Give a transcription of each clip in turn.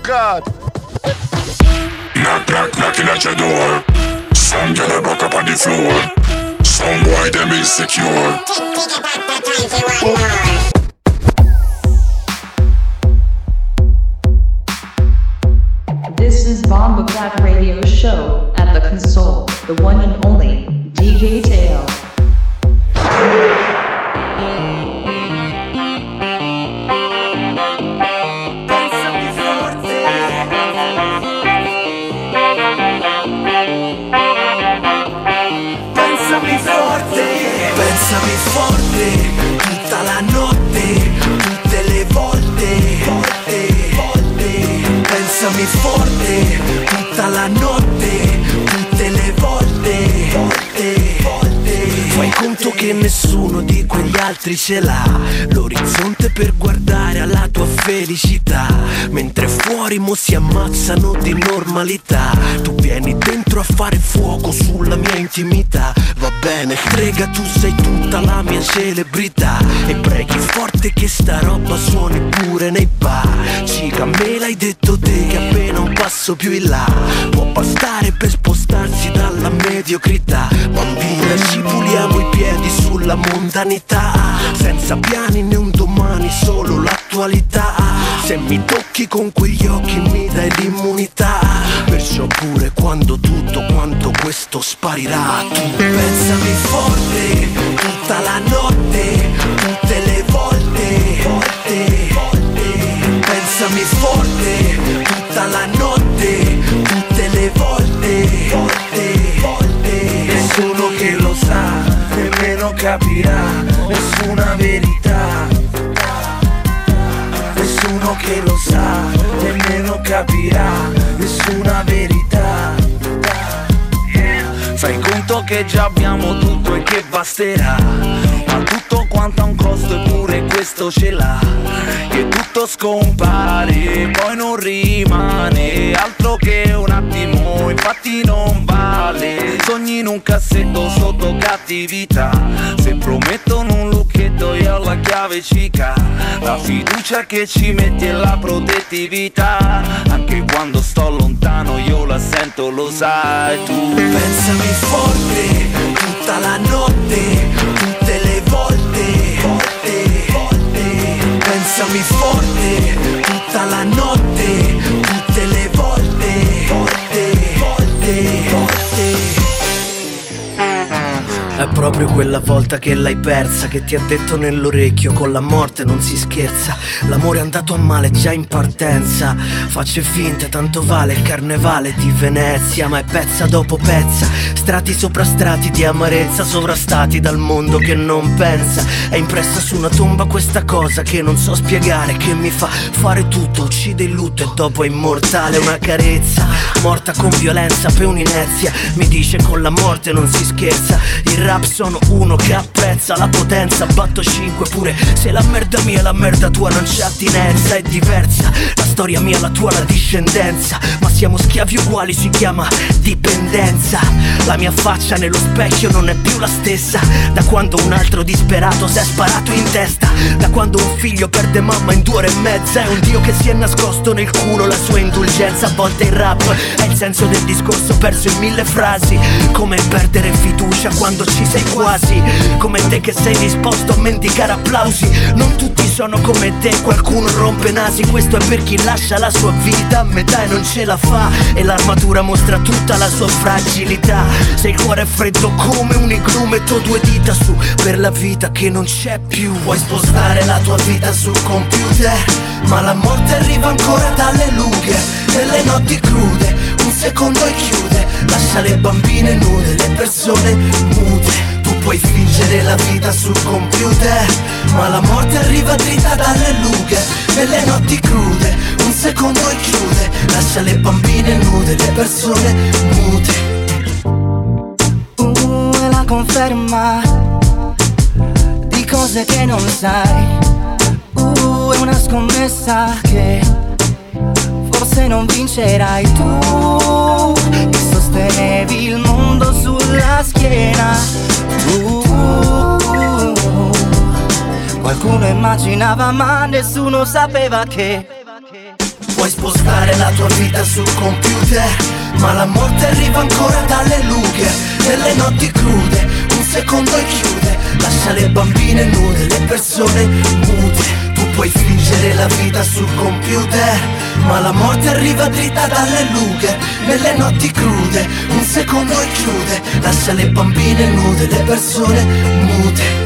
God. Knock, knock, knocking at your door. Some girl a broke up on the floor. Some boy them insecure. This is Bomba Clap Radio Show. At the console, the one and only DJ Tail. Pensami forte, tutta la notte, tutte le volte, Pensami forte, tutta la notte, tutte le volte, Fai conto che nessuno di quegli altri ce l'ha l'orizzonte per guardare alla tua felicità, mentre fuori mo si ammazzano di normalità. Tu vieni dentro a fare fuoco sulla mia intimità. Va bene, strega, tu sei tutta la mia celebrità, e preghi forte che sta roba suoni pure nei bar. Cica, me l'hai detto te che appena un passo più in là può bastare per spostarsi dalla mediocrità. Bambina, ci puliamo i piedi sulla mondanità, senza piani né un domani, solo l'attualità. Se mi tocchi con quegli occhi mi dai l'immunità, perciò pure quando tutto quanto questo sparirà, tu pensami forte, tutta la notte, tutte le volte, Pensami forte, tutta la notte, tutte le volte, Nessuno che lo sa, nemmeno capirà, nessuna verità. Nessuno che lo sa, nemmeno capirà, nessuna verità. Fai conto che già abbiamo tutto e che basterà, ma tutto quanto ha un costo eppure questo ce l'ha. Che tutto scompare, poi non rimane altro che un attimo, infatti non vale. Sogni in un cassetto sotto cattività, se promettono un lucchetto io ho la chiave cica. La fiducia che ci metti è la protettività, anche quando sto lontano io la sento, lo sai tu. Pensami forte, tutta la notte, tutte le volte, Pensami forte, tutta la notte, tutte le volte, È proprio quella volta che l'hai persa che ti ha detto nell'orecchio: con la morte non si scherza. L'amore è andato a male già in partenza. Facce finte, tanto vale il carnevale di Venezia, ma è pezza dopo pezza, strati sopra strati di amarezza, sovrastati dal mondo che non pensa. È impressa su una tomba questa cosa che non so spiegare, che mi fa fare tutto, uccide il lutto e dopo è immortale. Una carezza morta con violenza per un'inezia, mi dice con la morte non si scherza. Il rap sono uno che apprezza la potenza, batto 5 pure se la merda mia e la merda tua non c'è attinenza. È diversa la storia mia, la tua, la discendenza, ma siamo schiavi uguali, si chiama dipendenza. La mia faccia nello specchio non è più la stessa da quando un altro disperato si è sparato in testa, da quando un figlio perde mamma in 2 ore e mezza. È un dio che si è nascosto nel culo la sua indulgenza. A volte il rap è il senso del discorso perso in 1000 frasi, come perdere fiducia quando ci sei quasi, come te che sei disposto a mendicare applausi. Non tutti sono come te, qualcuno rompe nasi. Questo è per chi lascia la sua vita a metà e non ce la fa, e l'armatura mostra tutta la sua fragilità. Se il cuore è freddo come un igloo, metto 2 dita su per la vita che non c'è più. Vuoi spostare la tua vita sul computer, ma la morte arriva ancora dalle lunghe, nelle notti crude, un secondo e chiude. Lascia le bambine nude, le persone mute. Tu puoi fingere la vita sul computer, ma la morte arriva dritta dalle lunghe, nelle notti crude, un secondo e chiude. Lascia le bambine nude, le persone mute. È la conferma di cose che non sai. È una scommessa che forse non vincerai tu, che sostenevi il mondo sulla schiena. Qualcuno immaginava ma nessuno sapeva che puoi spostare la tua vita sul computer, ma la morte arriva ancora dalle lughe, nelle notti crude, un secondo e chiude, lascia le bambine nude, le persone mute. Tu puoi fingere la vita sul computer, ma la morte arriva dritta dalle lughe, nelle notti crude, un secondo e chiude, lascia le bambine nude, le persone mute.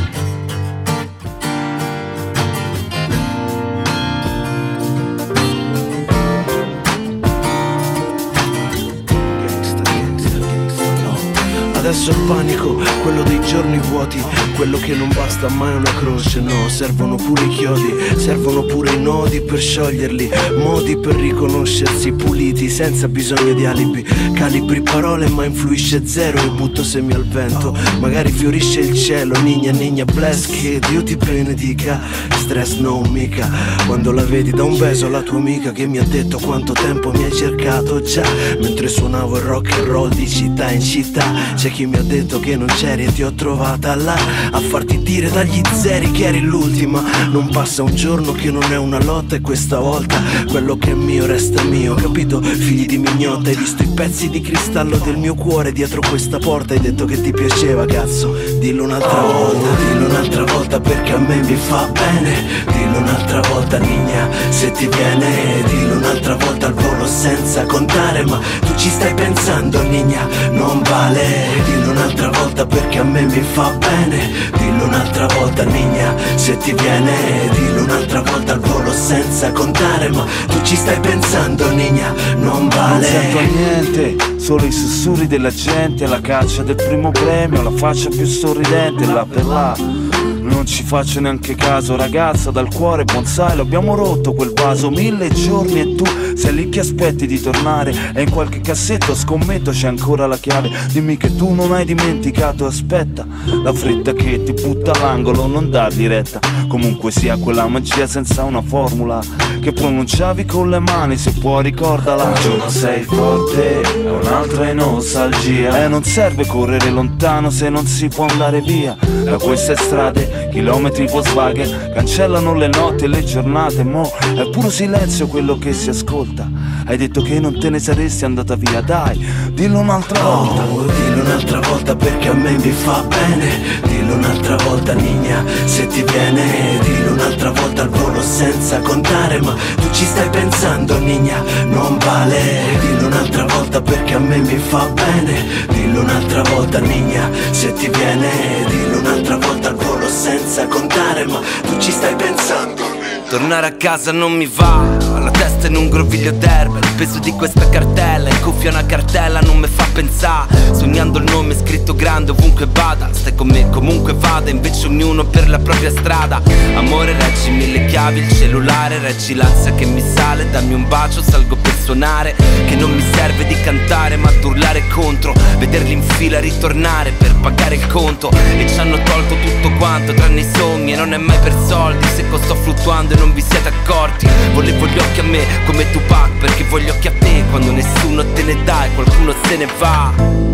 Adesso il panico, quello dei giorni vuoti, quello che non basta mai una croce, no, servono pure i chiodi, servono pure i nodi per scioglierli, modi per riconoscersi puliti, senza bisogno di alibi, calibri parole ma influisce zero e butto semi al vento, magari fiorisce il cielo, nigna nigna bless, che Dio ti benedica, stress no mica, quando la vedi da un beso alla tua amica che mi ha detto quanto tempo mi hai cercato già, mentre suonavo il rock and roll di città in città, c'è chi mi ha detto che non c'eri e ti ho trovata là a farti dire dagli zeri che eri l'ultima. Non passa un giorno che non è una lotta e questa volta quello che è mio resta mio, capito? Figli di mignotta, hai visto i pezzi di cristallo del mio cuore dietro questa porta, hai detto che ti piaceva, cazzo, dillo un'altra volta, dillo un'altra volta perché a me mi fa bene, dillo un'altra volta nigna se ti viene, dillo un'altra volta al volo senza contare, ma tu ci stai pensando nigna, non vale. Dillo un'altra volta perché a me mi fa bene, dillo un'altra volta nigna se ti viene, dillo un'altra volta al volo senza contare, ma tu ci stai pensando nigna, non vale. Non sento niente, solo i sussurri della gente, la caccia del primo premio, la faccia più sorridente, là per là. Non ci faccio neanche caso, ragazza, dal cuore bonsai, l'abbiamo rotto quel vaso 1000 giorni e tu sei lì che aspetti di tornare, e in qualche cassetto scommetto c'è ancora la chiave, dimmi che tu non hai dimenticato, aspetta, la fretta che ti butta all'angolo, non dargli retta, comunque sia quella magia senza una formula, che pronunciavi con le mani, se puoi ricordala. Un giorno sei forte e un altro è nostalgia, e non serve correre lontano se non si può andare via da queste strade. Chilometri Volkswagen cancellano le notti e le giornate, mo è puro silenzio quello che si ascolta. Hai detto che non te ne saresti andata via, dai, dillo un'altra volta. Dillo un'altra volta perché a me mi fa bene, dillo un'altra volta nigna se ti viene, dillo un'altra volta al volo senza contare, ma tu ci stai pensando nigna, non vale. Dillo un'altra volta perché a me mi fa bene, dillo un'altra volta nigna se ti viene, dillo un'altra volta al volo senza contare, ma tu ci stai pensando. Tornare a casa non mi va, ho la testa in un groviglio d'erba, il peso di questa cartella, in cuffia una cartella non mi fa pensare, sognando il nome scritto grande ovunque vada, stai con me comunque vada, invece ognuno per la propria strada. Amore reggimi le chiavi, il cellulare, reggi l'ansia che mi sale, dammi un bacio, salgo per suonare, che non mi serve di cantare ma ad urlare contro, vederli in fila ritornare per pagare il conto, e ci hanno tolto tutto quanto tranne i sogni, e non è mai per soldi, se sto fluttuando non vi siete accorti. Volevo gli occhi a me come Tupac, perché voglio occhi a te quando nessuno te ne dà e qualcuno se ne va.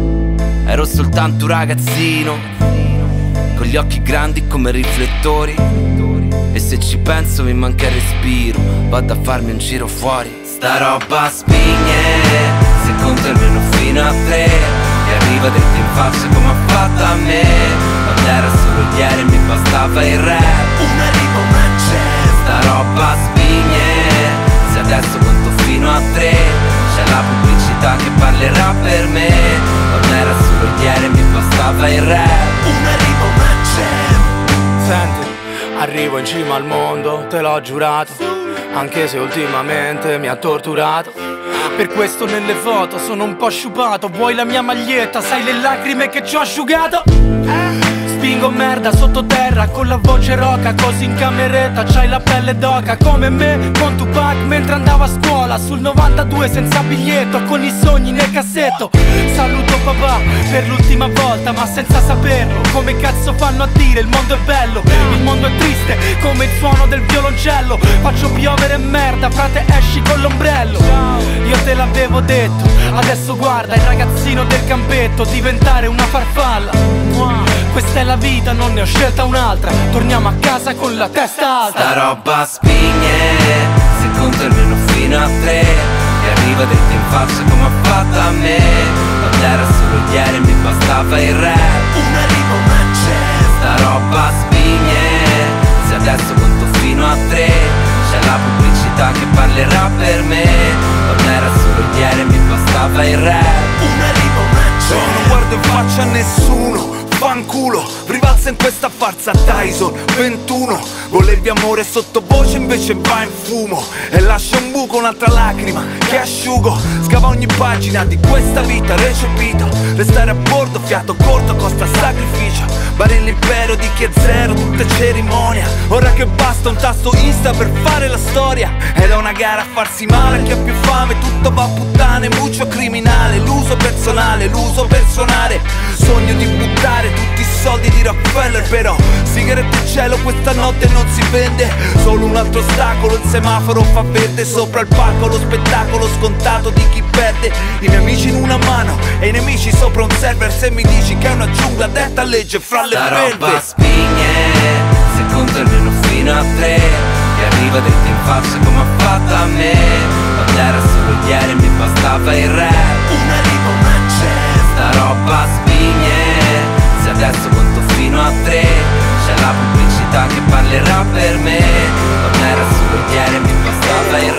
Ero soltanto un ragazzino con gli occhi grandi come riflettori, e se ci penso mi manca il respiro, vado a farmi un giro fuori. Sta roba spigne, se conto almeno fino a 3, e arriva dritto in faccia come ha fatto a me, quando era solo ieri mi bastava il rap, una rima sta roba spigne, se adesso conto fino a 3, c'è la pubblicità che parlerà per me, quando era solo ieri mi bastava il rap, una rima Senti, arrivo in cima al mondo, te l'ho giurato, anche se ultimamente mi ha torturato. Per questo nelle foto sono un po' sciupato, vuoi la mia maglietta, sai le lacrime che ci ho asciugato? Spingo merda sottoterra con la voce roca, così in cameretta c'hai la pelle d'oca, come me con Tupac mentre andavo a scuola, sul 92 senza biglietto, con i sogni nel cassetto. Saluto papà per l'ultima volta, ma senza saperlo, come cazzo fanno a dire il mondo è bello, il mondo è triste come il suono del violoncello. Faccio piovere merda, frate esci con l'ombrello. Io te l'avevo detto, adesso guarda il ragazzino del campetto diventare una farfalla. Questa è la vita, non ne ho scelta un'altra, torniamo a casa con la testa alta. Sta roba spigne, se conto almeno fino a 3 e arriva dritto in faccia come ha fatto a me. Quando era solo ieri mi bastava il rap, una rima, una jazz, sta roba spigne. Se adesso conto fino a 3 c'è la pubblicità che parlerà per me. Quando era solo ieri mi bastava il rap, una rima, una jazz. Non guardo in faccia a nessuno, fanculo, rivalsa in questa farsa Tyson 21. Volevi amore sottovoce invece va in fumo e lascia un buco, un'altra lacrima che asciugo. Scava ogni pagina di questa vita recepita. Restare a bordo, fiato corto, costa sacrificio. Vale l'impero di chi è zero, tutta cerimonia. Ora che basta un tasto Insta per fare la storia. Ed è una gara a farsi male a chi ha più fame. Tutto va a puttane, muccio criminale. L'uso personale, l'uso personale. Sogno di buttare tutti i soldi di Rockefeller, però sigarette in cielo questa notte non si vende. Solo un altro ostacolo, il semaforo fa verde. Sopra il palco lo spettacolo scontato di chi perde. I miei amici in una mano e i nemici sopra un server. Se mi dici che è una giungla detta legge fra le sta belve. roba spigne, se conto almeno fino a 3 e arriva dritto in faccia come ha fatto a me. Quando era solo ieri mi bastava il rap, una rima, una jazz, sta roba spigne. Se adesso conto fino a 3 c'è la pubblicità che parlerà per me. Quando era solo ieri mi bastava il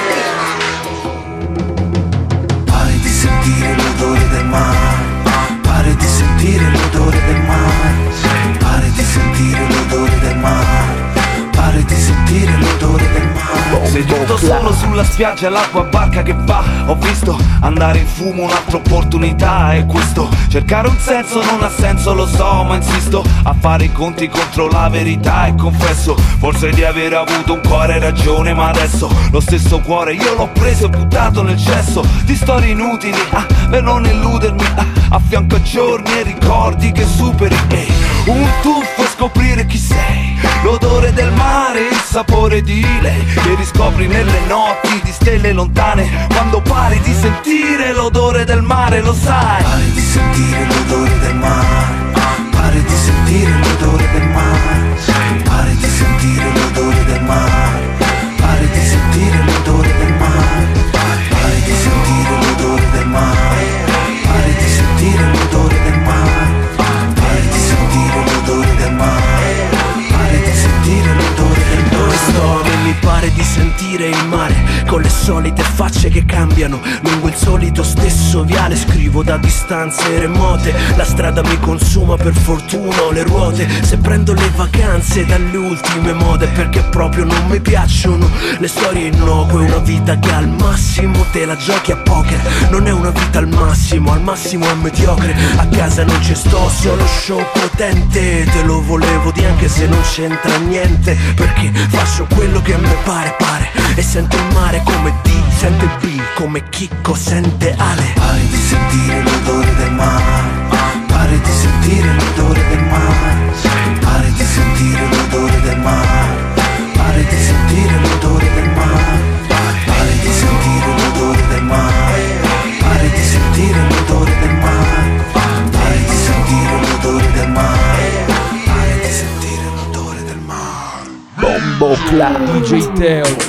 rap. Pare di sentire l'odore del mare, pare di sentire l'odore del mare, pare di sentire l'odore del mare, pare di sentire l'odore del mare. Seduto solo sulla spiaggia, l'acqua barca che va. Ho visto andare in fumo un'altra opportunità. E questo, cercare un senso non ha senso, lo so, ma insisto a fare i conti contro la verità. E confesso, forse di aver avuto un cuore ragione, ma adesso lo stesso cuore io l'ho preso e buttato nel cesso di storie inutili, per non illudermi, a fianco a giorni e ricordi che superi. Un tuffo e scoprire chi sei, l'odore del mare, il sapore di lei che riscopri nelle notti di stelle lontane. Quando pari di sentire l'odore del mare, lo sai. Pare di sentire l'odore del mare, pare di sentire l'odore del mare, pare di sentire l'odore del mare, pare di sentire l'odore del mare, pare di sentire l'odore del mare, pare di sentire l'odore del mare, pare di sentire l'odore del mare, pare di sentire l'odore del mare. Dove sto? Non mi pare di sentire il mare, con le solite facce che cambiano lungo il solito stesso viale. Scrivo da distanze remote, la strada mi consuma, per fortuna ho le ruote. Se prendo le vacanze dalle ultime mode, perché proprio non mi piacciono le storie innocue. Una vita che al massimo te la giochi a poker, non è una vita al massimo è mediocre. A casa non ci sto, solo show potente. Te lo volevo dire anche se non c'entra niente, perché faccio quello che mi pare. E sento il mare come D, sente il B come Chicco sente Ale. Pare di sentire l'odore del mare, pare di sentire l'odore del mare, pare di sentire l'odore del mare, pare di sentire l'odore del mare, pare di sentire l'odore del mare, pare di sentire l'odore del mare, pare di sentire l'odore del mare, pare di sentire l'odore del mare. Bombo Club DJ Teo.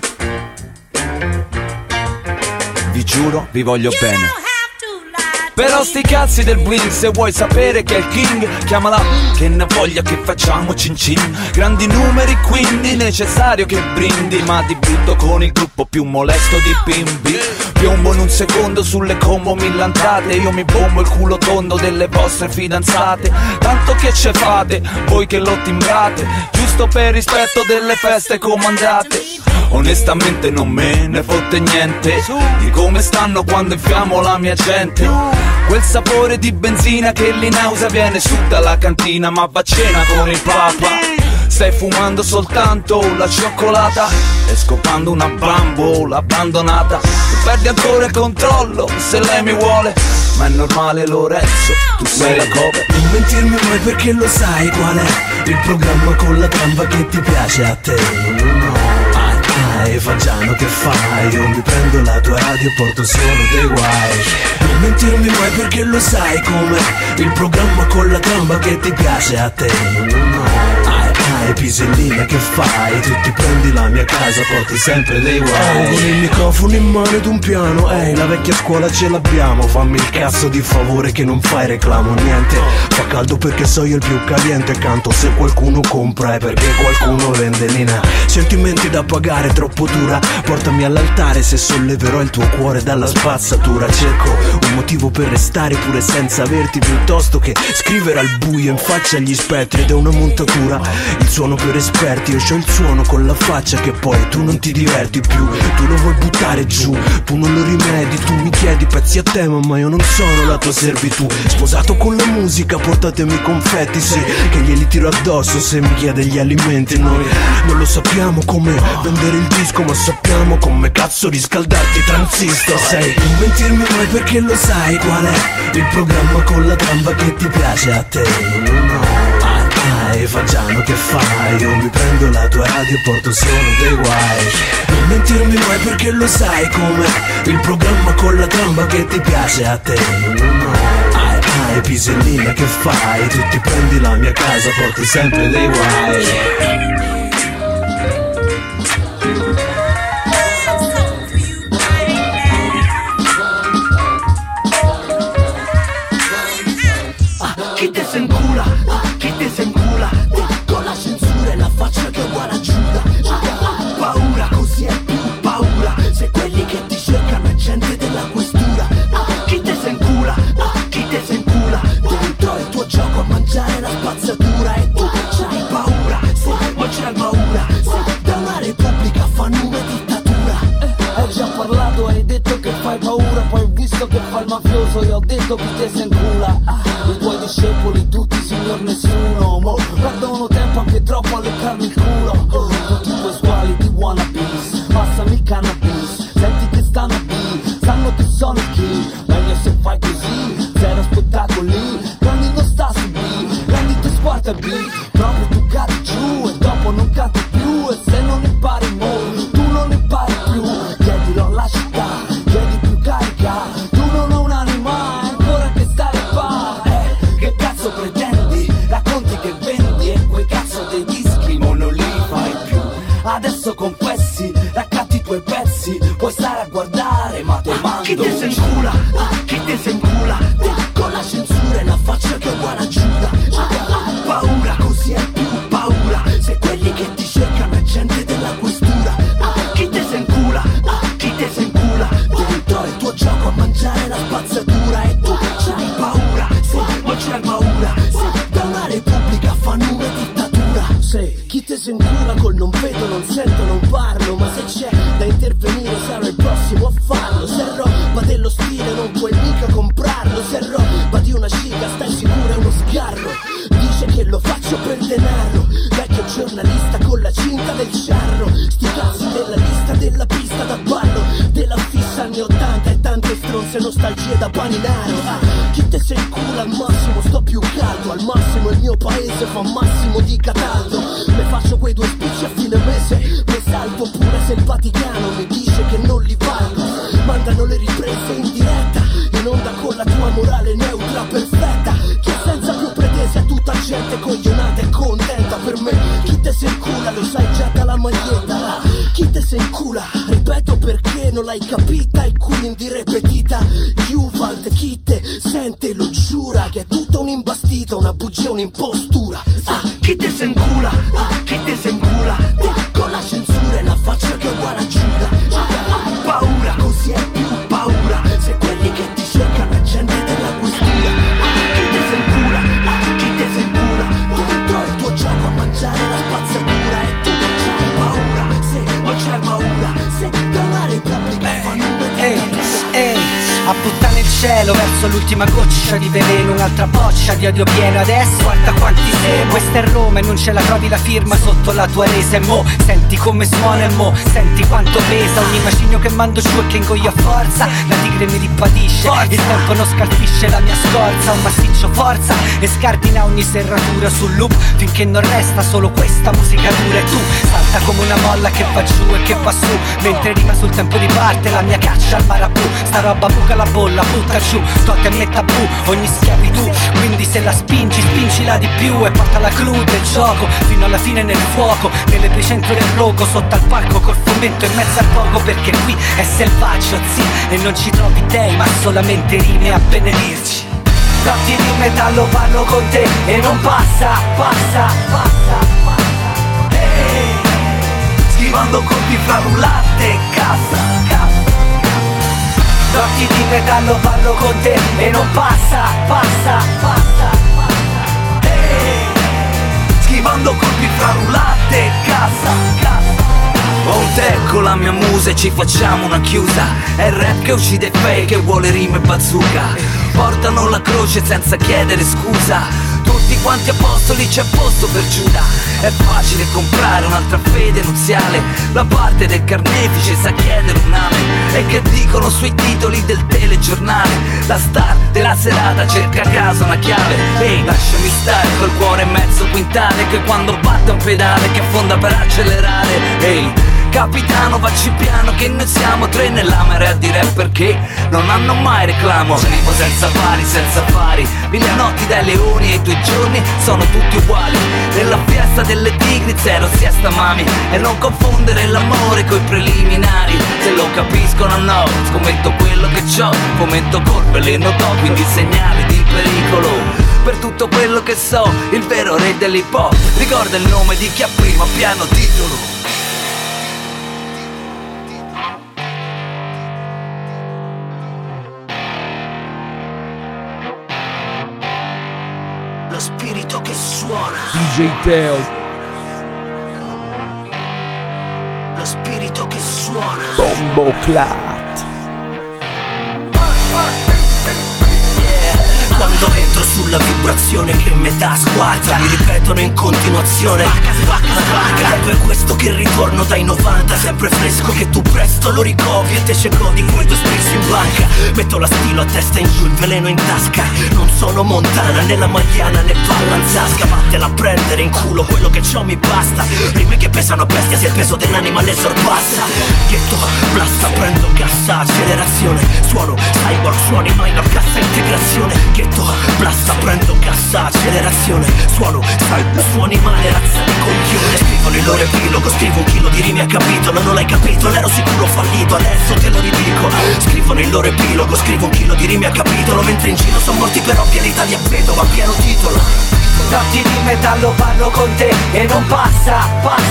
Vi giuro, vi voglio bene. Però sti cazzi del bling, se vuoi sapere che è il king, chiamala, che ne voglia che facciamo cin cin. Grandi numeri quindi necessario che brindi, ma ti butto con il gruppo più molesto di bimbi. Piombo in un secondo sulle combo millantate, io mi bombo il culo tondo delle vostre fidanzate. Tanto che ce fate, voi che lo timbrate, giusto per rispetto delle feste comandate. Onestamente non me ne fotte niente di come stanno quando infiammo la mia gente. Quel sapore di benzina che li nausa viene su dalla cantina, ma va a cena con il papa. Stai fumando soltanto la cioccolata e scopando una bambola abbandonata. Perdi ancora il controllo se lei mi vuole, ma è normale Lorenzo, tu sei la cover. Non mentirmi mai perché lo sai qual è il programma con la gamba che ti piace a te. Fagiano che fai? Io mi prendo la tua radio e porto solo dei guai. Non mentirmi mai perché lo sai com'è il programma con la gamba che ti piace a te. pisellina che fai? Tu ti prendi la mia casa, porti sempre dei guai. Con il microfono in mano ed un piano, ehi, la vecchia scuola ce l'abbiamo. Fammi il cazzo di favore che non fai reclamo, niente. Fa caldo perché so io il più caliente. Canto se qualcuno compra è perché qualcuno vende lina. Sentimenti da pagare, troppo dura. Portami all'altare se solleverò il tuo cuore dalla spazzatura. Cerco un motivo per restare pure senza averti, piuttosto che scrivere al buio in faccia agli spettri. Ed è una montatura, il suono per esperti. Io c'ho il suono con la faccia che poi tu non ti diverti più. Tu lo vuoi buttare giù, tu non lo rimedi. Tu mi chiedi pezzi a tema ma io non sono la tua servitù. Sposato con la musica, portatemi i confetti, sì, che glieli tiro addosso se mi chiede gli alimenti. Noi non lo sappiamo come vendere il disco, ma sappiamo come cazzo riscaldarti i transistor. Sei, non mentirmi mai perché lo sai qual è il programma con la tramba che ti piace a te. Fagiano che fai? Io mi prendo la tua radio e porto solo dei guai. Non mentirmi mai perché lo sai com'è il programma con la tramba che ti piace a te. Pisellina che fai? Tu ti prendi la mia casa, porti sempre dei guai. Chi te se incula? Chi te se incula? Con la censura e la faccia che è uguale a Giuda. Paura, così è più paura. Se quelli che ti cercano è gente della questura. Chi te se incula? Chi te se incula? Dentro il tuo gioco a mangiare la spazzatura. E tu c'hai paura, se non c'hai paura. Se da una repubblica fanno una dittatura. Hai già parlato, hai detto che fai paura. Poi visto che fai il mafioso io ho detto chi te se incula. I tuoi discepoli tutti signor nessuno. Mo perdono tempo anche troppo a leccarmi il culo. Tutti i tuoi squali di wannabes, passami il cannabis. Senti che stanno qui, sanno che sono chi. Meglio se fai così, zero spettacoli. Grandi non sta su B, grandi ti squarta B. Proprio tu cadi giù e dopo non canti più. E se non impari mo, tu non impari più. Chiedilo alla città, chiedi più carica. Tu non ho un'anima, ancora che stare qua. Che cazzo pretendi? Racconti che vendi e quei cazzo dei dischi mo non li fai più. Adesso con questi raccatti i tuoi pezzi, puoi stare a guardare ma te mando. Chi te se incula? Chi te se incula? Con la censura e la faccia che è uguale a Giuda. Paura, così è più paura. Se quelli che ti cercano è gente della questura. Chi te se incula? Chi te se incula? Dentro il tuo gioco a mangiare la spazzatura. E tu c'hai paura, se non c'hai paura. Se da una repubblica fanno una dittatura. Se chi te se incula col non vedo, non sento, non parlo. Ma se c'è da intervenire sarò il prossimo a farlo. Se roba dello stile non puoi mica comprarlo. Se roba di una sciga stai sicuro è uno sgarro. Dice che lo faccio per denaro. Vecchio giornalista con la cinta del ciarro. Sti cazzi della lista della pista da ballo. Della fissa anni 80 e tante stronze nostalgie da paninaro. Chi te se incula al massimo sto più caldo. Al massimo il mio paese fa massimo di Cataldo. Me faccio quei due spicci a fine mese. Me salvo pure se il Vaticano mi dice che non li valgo. Mandano le riprese in diretta, in onda con la tua morale neutra perfetta. Che senza più pretese tutta gente coglionata e contenta. Per me chi te se incula lo sai già dalla maglietta. Chi te se incula, ripeto perché non l'hai capita e quindi ripetita. Juvald chi te sente lo giura che è tutta un'imbastita, una bugia, un'impostura. Chi te se incula? Chi te se incula? Con la censura e la faccia che è uguale a Giuda. Paura, così è più paura. Se quelli che ti cercano è gente della questura. Chi te se incula? Chi te se incula? Dentro il tuo gioco a mangiare la spazzatura. E tu c'hai paura, se non c'hai paura. Se da una repubblica fanno un a puttane il cielo verso l'ultima goccia di veleno. Un'altra boccia di odio pieno. Adesso guarda quanti siamo. Questa è Roma e non ce la trovi la firma sotto la tua resa. E mo senti come suona e mo senti quanto pesa. Ogni macigno che mando giù e che ingoio a forza. La tigre mi ripatisce, il tempo non scalfisce la mia scorza. Un massiccio forza e scardina ogni serratura sul loop finché non resta solo questa musica dura. E tu salta come una molla che va giù e che va su, mentre rima sul tempo di parte la mia caccia al marabù. Sta roba buca la bolla, butta giù tolte a me tabù, ogni schiavitù. Quindi se la spingi, spingila di più e porta la clou del gioco fino alla fine nel fuoco, nell'epicentro del rogo, sotto al palco col fomento in mezzo al poco, perché qui è selvaggio, sì, e non ci trovi dei, ma solamente rime a benedirci. Notti di metallo parlo con te e non passa. Schivando colpi fra rullate e cassa. Notti di metallo parlo con te e non passa. Schivando colpi fra rullate e cassa. Ho un tè con la mia musa e ci facciamo una chiusa. È il rap che uccide i fake e vuole rime bazooka. Portano la croce senza chiedere scusa. Tutti quanti apostoli, c'è posto per Giuda. È facile comprare un'altra fede nuziale. La parte del carnefice sa chiedere un amen. E che dicono sui titoli del telegiornale? La star della serata cerca a caso una chiave. Ehi, lasciami stare col cuore mezzo quintale, che quando batte un pedale che affonda per accelerare. Ehi, capitano, vacci piano che noi siamo tre nella marea di rapper che non hanno mai reclamo. Scrivo senza pari, senza affari. 1000 notti dai leoni e i tuoi giorni sono tutti uguali. Nella fiesta delle tigri zero siesta mami. E non confondere l'amore coi preliminari. Se lo capiscono no, scommetto quello che c'ho. Fomento col veleno do, quindi segnali di pericolo. Per tutto quello che so, il vero re dell'hip hop ricorda il nome di chi ha primo piano titolo. Spirito che suona, DJ Teo, lo spirito che suona, Bombo Clat. Quando entro sulla vibrazione che me dà sguarda, mi ripetono in continuazione rap è questo che ritorno dai 90, sempre fresco che tu presto lo ricovi e te ce godi quei due sprizzi in banca. Metto la stilo a testa in giù, il veleno in tasca. Non sono Montana, né la Magliana, né palla in tasca. Vattela a prendere in culo, quello che c'ho mi basta. Rime che pesano a bestia se il peso dell'anima le sorpassa. Ghetto, blasta, prendo cassa, accelerazione. Suono, cyborg, suoni minor, cassa, integrazione. Ghetto, blasta, prendo cassa, accelerazione. Suono, cyborg, suoni male, razza di coglione. Scrivo nel loro epilogo, scrivo un chilo di rime a capitolo. Non l'hai capito, l'ero sicuro fallito, adesso te lo ridico. Scrivo nel loro epilogo, scrivo un chilo di rime a capitolo. Mentre in giro sono morti per ovvia, l'Italia vedo a pieno titolo. Notti di metallo parlo con te e non passa.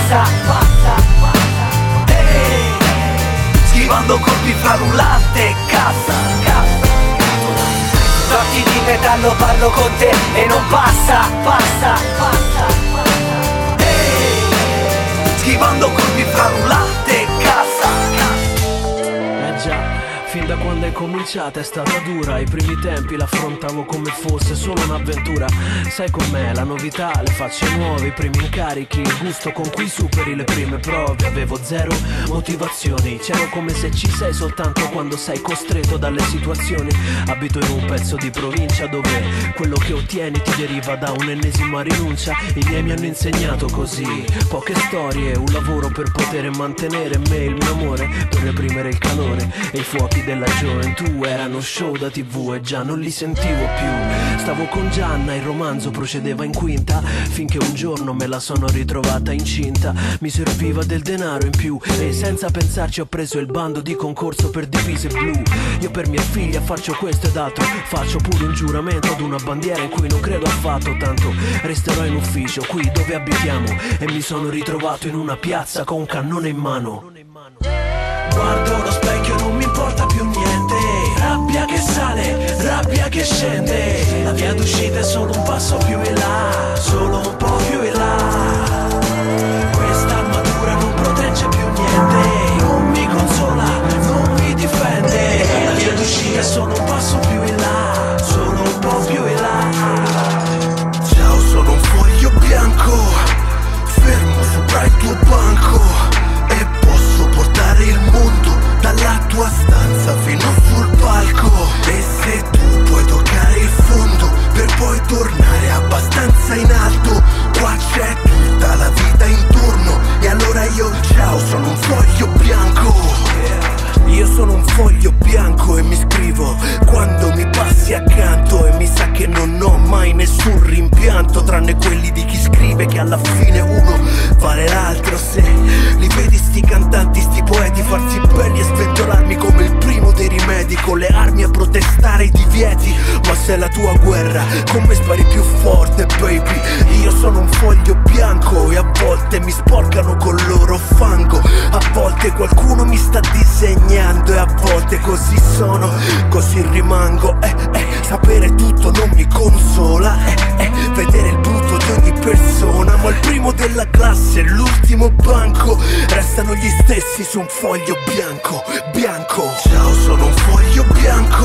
Schivando colpi fra rullate e cassa. Notti di metallo parlo con te e non passa. Schivando colpi fra rullate e cassa. Già, fin da quando è cominciata è stata dura. Ai primi tempi l'affrontavo come fosse solo un'avventura. Sai com'è, la novità, le facce nuove, i primi incarichi, il gusto con cui superi le prime prove. Avevo zero motivazioni, c'ero come se ci sei soltanto quando sei costretto dalle situazioni. Abito in un pezzo di provincia dove quello che ottieni ti deriva da un'ennesima rinuncia. I miei mi hanno insegnato così, poche storie, un lavoro per poter mantenere me e il mio amore, per reprimere il calore e i fuochi della gioventù. Erano show da TV e già non li sentivo più. Stavo con Gianna, il romanzo procedeva in quinta, finché un giorno me la sono ritrovata incinta. Mi serviva del denaro in più e senza pensarci ho preso il bando di concorso per divise blu. Io per mia figlia faccio questo ed altro, faccio pure un giuramento ad una bandiera in cui non credo affatto. Tanto resterò in ufficio qui dove abitiamo e mi sono ritrovato in una piazza con un cannone in mano. Guardo lo specchio, non mi importa più niente. Rabbia che sale, rabbia che scende. La via d'uscita è solo un passo più in là, solo un po' più in là. Questa armatura non protegge più niente, non mi consola, non mi difende. La via d'uscita è solo un passo più in là, solo un po' più in là. Ciao, sono un foglio bianco, fermo sopra il tuo banco. E posso portare il mondo dalla tua stanza fino sul palco. E se tu puoi toccare il fondo per poi tornare a bastare sovieti. Ma se è la tua guerra, con me spari più forte, baby. Io sono un foglio bianco e a volte mi sporcano col loro fango. A volte qualcuno mi sta disegnando e a volte così sono, così rimango. Sapere tutto non mi consola. Vedere il brutto di ogni persona. Ma il primo della classe e l'ultimo banco restano gli stessi su un foglio bianco, bianco. Ciao, sono un foglio bianco,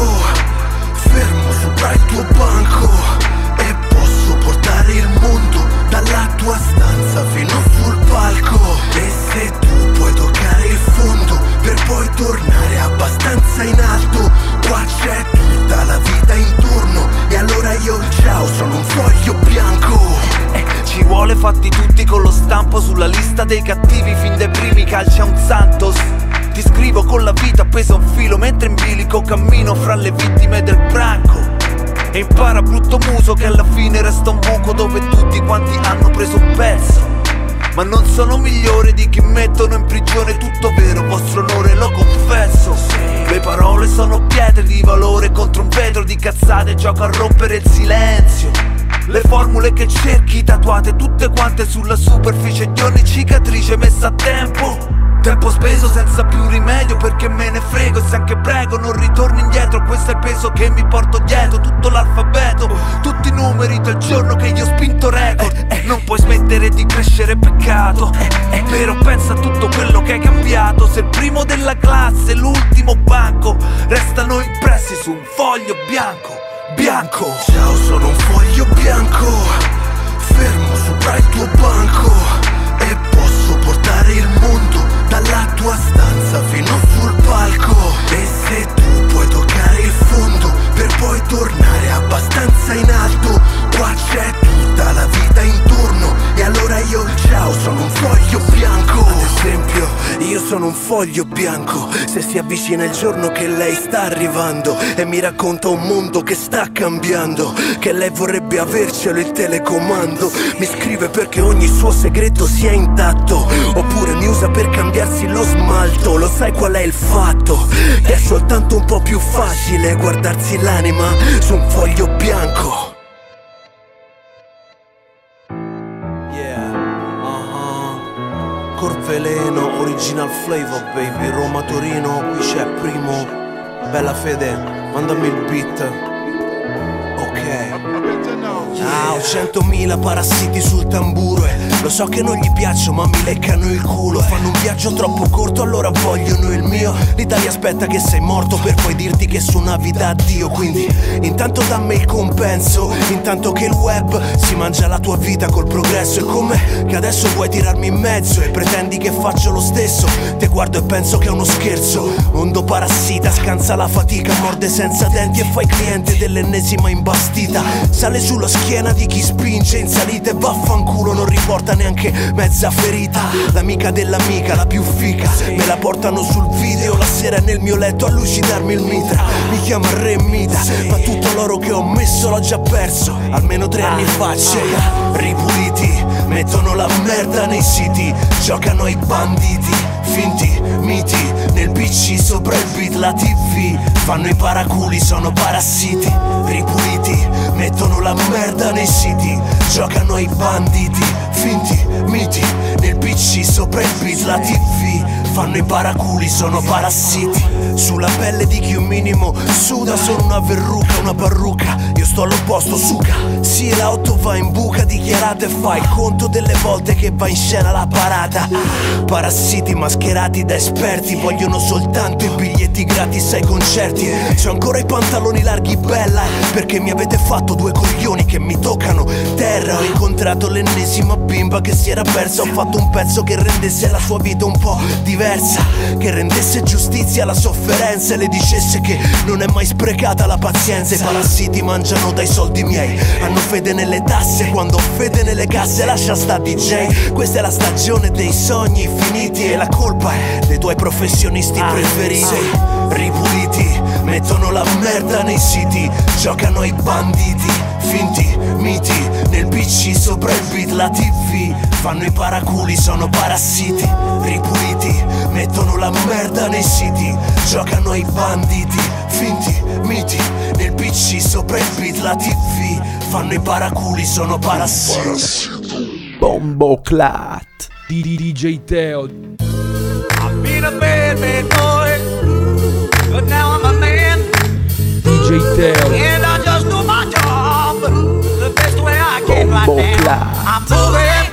fermo sopra il tuo banco, e posso portare il mondo dalla tua stanza fino sul palco. E se tu puoi toccare il fondo per poi tornare abbastanza in alto, qua c'è tutta la vita intorno. E allora io ciao, sono un foglio bianco. Ci vuole fatti tutti con lo stampo sulla lista dei cattivi, fin dai primi calci a un Santos. Ti scrivo con la vita appesa a un filo, mentre in bilico cammino fra le vittime del branco. E impara brutto muso che alla fine resta un buco dove tutti quanti hanno preso un pezzo. Ma non sono migliore di chi mettono in prigione, tutto vero, vostro onore lo confesso. Le parole sono pietre di valore contro un vetro di cazzate, gioco a rompere il silenzio. Le formule che cerchi tatuate tutte quante sulla superficie di ogni cicatrice messa a tempo. Tempo speso senza più rimedio perché me ne frego. E se anche prego non ritorno indietro, questo è il peso che mi porto dietro. Tutto l'alfabeto, tutti i numeri del giorno che io ho spinto record. Non puoi smettere di crescere, peccato. Però pensa a tutto quello che hai cambiato. Se il primo della classe e l'ultimo banco restano impressi su un foglio bianco, bianco. Ciao, sono un foglio bianco, fermo sopra il tuo banco, e posso portare il mondo dalla tua stanza fino sul palco. E se tu puoi toccare il fondo per poi tornare abbastanza in alto, qua c'è tutta la vita intorno. E allora io ciao, sono un foglio bianco. Ad esempio, io sono un foglio bianco. Se si avvicina il giorno che lei sta arrivando e mi racconta un mondo che sta cambiando, che lei vorrebbe avercelo il telecomando, mi scrive perché ogni suo segreto sia intatto, oppure mi usa per cambiarsi lo smalto. Lo sai qual è il fatto? Che è soltanto un po' più facile guardarsi l'anima su un foglio bianco. Corveleno, original flavor baby, Roma, Torino, qui c'è Primo. Bella Fede, mandami il beat. Ok. Ho 100.000 parassiti sul tamburo e lo so che non gli piaccio ma mi leccano il culo. Fanno un viaggio troppo corto allora vogliono il mio. L'Italia aspetta che sei morto per poi dirti che suonavi da Dio. Quindi intanto dammi il compenso, intanto che il web si mangia la tua vita col progresso. È come che adesso vuoi tirarmi in mezzo e pretendi che faccio lo stesso. Te guardo e penso che è uno scherzo. Mondo parassita, scansa la fatica, morde senza denti e fai cliente dell'ennesima imbastita. Sale sulla schiena di chi spinge in salita e vaffanculo non riporta neanche mezza ferita. L'amica dell'amica, la più fica, me la portano sul video la sera nel mio letto a lucidarmi il mitra. Mi chiama Re Mita, ma tutto l'oro che ho messo l'ho già perso almeno 3 anni fa. Ripuliti, mettono la merda nei siti, giocano ai banditi, finti, miti, nel PC sopra il beat, la TV, fanno i paraculi, sono parassiti. Ripuliti, mettono la merda nei siti, giocano ai banditi, finti, miti, nel PC sopra il beat, la TV, fanno i paraculi, sono parassiti. Sulla pelle di chi un minimo suda, sono una verruca, una parrucca, io sto all'opposto, suca. Sì, l'auto va in buca, dichiarata e fai il conto delle volte che va in scena la parata. Parassiti mascherati da esperti, vogliono soltanto i biglietti gratis ai concerti. C'ho ancora i pantaloni larghi bella, perché mi avete fatto 2 coglioni che mi toccano terra. Ho incontrato l'ennesima bimba che si era persa, ho fatto un pezzo che rendesse la sua vita un po' diversa, che rendesse giustizia alla sofferenza e le dicesse che non è mai sprecata la pazienza. I parassiti mangiano dai soldi miei, hanno fede nelle tasse, quando ho fede nelle casse lascia sta DJ. Questa è la stagione dei sogni finiti e la colpa è dei tuoi professionisti preferiti. Ripuliti, mettono la merda nei siti, giocano ai banditi, finti, miti, nel PC sopra il beat, la TV, fanno i paraculi, sono parassiti. Ripuliti, mettono la merda nei siti, giocano ai banditi, finti, miti, nel PC sopra il beat, la TV, fanno i paraculi, sono parassiti. Bomboclat di DJ Teo. I've been a bad boy, but now I'm a man. DJ Teo. And I just do my job the best way I can right now. I'm moving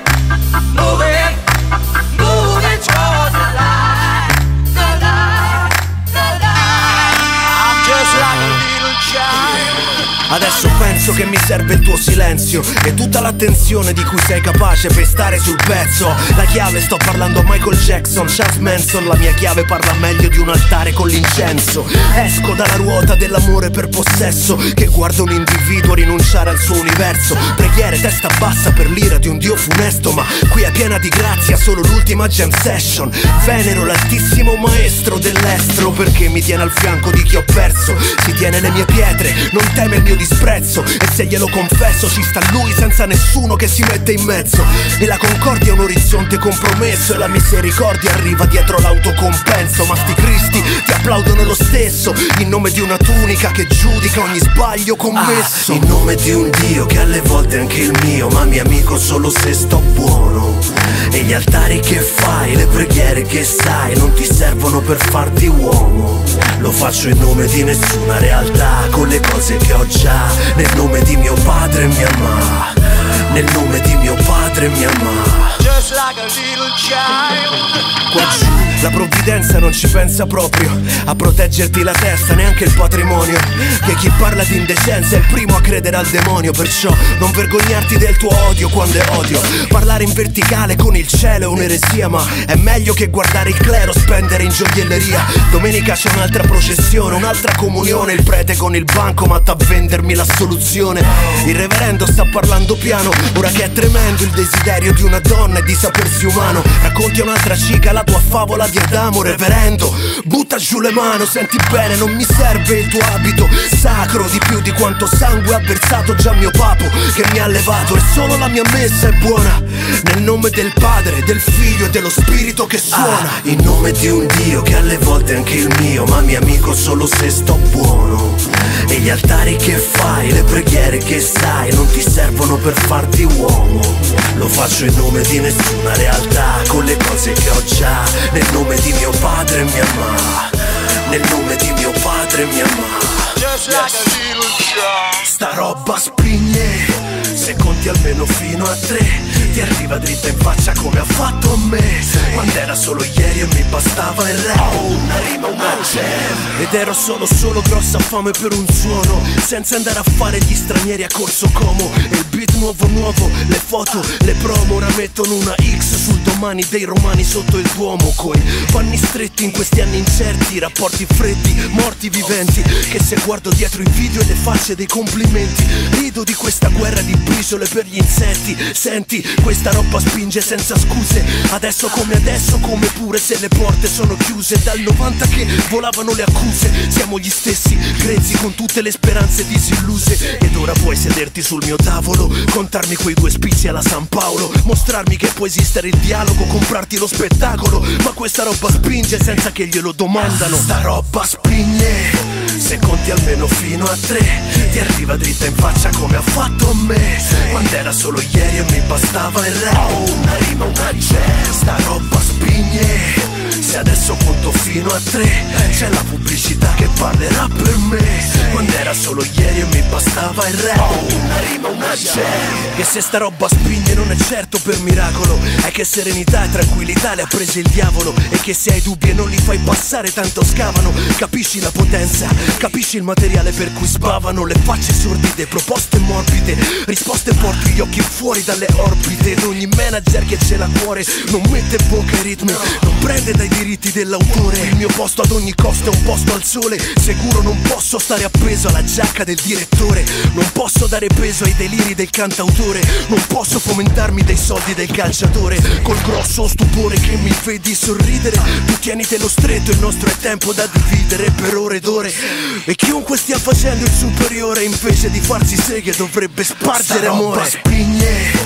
towards the light, the light, the light. I'm just like a little child. Adesso penso che mi serve il tuo silenzio e tutta l'attenzione di cui sei capace per stare sul pezzo. La chiave, sto parlando a Michael Jackson, Charles Manson. La mia chiave parla meglio di un altare con l'incenso. Esco dalla ruota dell'amore per possesso, che guarda un individuo rinunciare al suo universo. Preghiere, testa bassa per l'ira di un dio funesto, ma qui è piena di grazia solo l'ultima jam session. Venero l'altissimo maestro dell'estro, perché mi tiene al fianco di chi ho perso. Si tiene le mie pietre, non teme il mio disprezzo, e se glielo confesso ci sta lui senza nessuno che si mette in mezzo. E la concordia è un orizzonte compromesso, e la misericordia arriva dietro l'autocompenso. Ma sti cristi ti applaudono lo stesso, in nome di una tunica che giudica ogni sbaglio commesso. In nome di un Dio che alle volte è anche il mio, ma mio amico solo se sto buono. E gli altari che fai, le preghiere che sai, non ti servono per farti uomo. Lo faccio in nome di nessuna realtà, con le cose che ho già, nel nome di mio padre e mia mamma, nel nome di mio padre e mia mamma. Just like a little child. Qua giù la provvidenza non ci pensa proprio a proteggerti la testa, neanche il patrimonio. Che chi parla di indecenza è il primo a credere al demonio. Perciò non vergognarti del tuo odio quando è odio. Parlare in verticale con il cielo è un'eresia, ma è meglio che guardare il clero spendere in gioielleria. Domenica c'è un'altra processione, un'altra comunione, il prete con il bancomat a vendermi la soluzione. Il reverendo sta parlando piano, ora che è tremendo il desiderio di una donna e di sapersi umano. Racconti un'altra cica, la tua favola di Adamo. Reverendo, butta giù le mani, senti bene, non mi serve il tuo abito sacro di più di quanto sangue ha versato già mio papo, che mi ha levato, e solo la mia messa è buona. Nel nome del Padre, del Figlio e dello Spirito che suona. In nome di un Dio che alle volte è anche il mio, ma mio amico solo se sto buono. E gli altari che fai, le preghiere che sai, non ti servono per farti uomo. Lo faccio in nome di nessuna realtà, con le cose che ho già, nel nome di mio padre e mia mamma, nel nome di mio padre e mia mamma. Just like a little child. Sta roba spigne, se conti almeno fino a 3 ti arriva dritta in faccia come ha fatto a me. Quando era solo ieri e mi bastava il rap, una rima, una jam. Ed ero solo grossa fame per un suono, senza andare a fare gli stranieri a Corso Como. E il beat nuovo, le foto, le promo, ora mettono una X sul domani dei romani sotto il Duomo. Coi panni stretti in questi anni incerti, rapporti freddi, morti viventi, che se guardo dietro i video e le facce dei complimenti, rido di questa guerra di briciole per gli insetti. Senti, questa roba spinge senza scuse, adesso come pure se le porte sono chiuse. Dal 90 che volavano le accuse, siamo gli stessi grezzi con tutte le speranze disilluse. Ed ora puoi sederti sul mio tavolo, contarmi quei 2 spicci alla San Paolo, mostrarmi che può esistere il dialogo, comprarti lo spettacolo. Ma questa roba spinge senza che glielo domandano. Sta roba spinge, se conti almeno fino a 3 ti arriva dritta in faccia come ha fatto a me. Quando era solo ieri e mi bastava il rap, una rima, una jam. Sta roba spigne, se adesso conto fino a 3 c'è la pubblicità che parlerà per me. Quando era solo ieri e mi bastava il rap, una rima, una jam. E se sta roba spinge non è certo per miracolo, è che serenità e tranquillità le ha prese il diavolo. E che se hai dubbi e non li fai passare tanto scavano. Capisci la potenza, capisci il materiale per cui sbavano. Le facce sordide, proposte morbide, risposte porti gli occhi fuori dalle orbite. Ed ogni manager che ce l'ha a cuore non mette bocca ai ritmi, non prende dai diritti dell'autore. Il mio posto ad ogni costo è un posto al sole, sicuro non posso stare appeso alla giacca del direttore. Non posso dare peso ai deliri del cantautore, non posso fomentarmi dei soldi del calciatore. Col grosso stupore che mi vedi sorridere, tu tienitelo stretto, il nostro è tempo da dividere per ore ed ore. E chiunque stia facendo il superiore, invece di farsi seghe dovrebbe spargere amore. Spigne,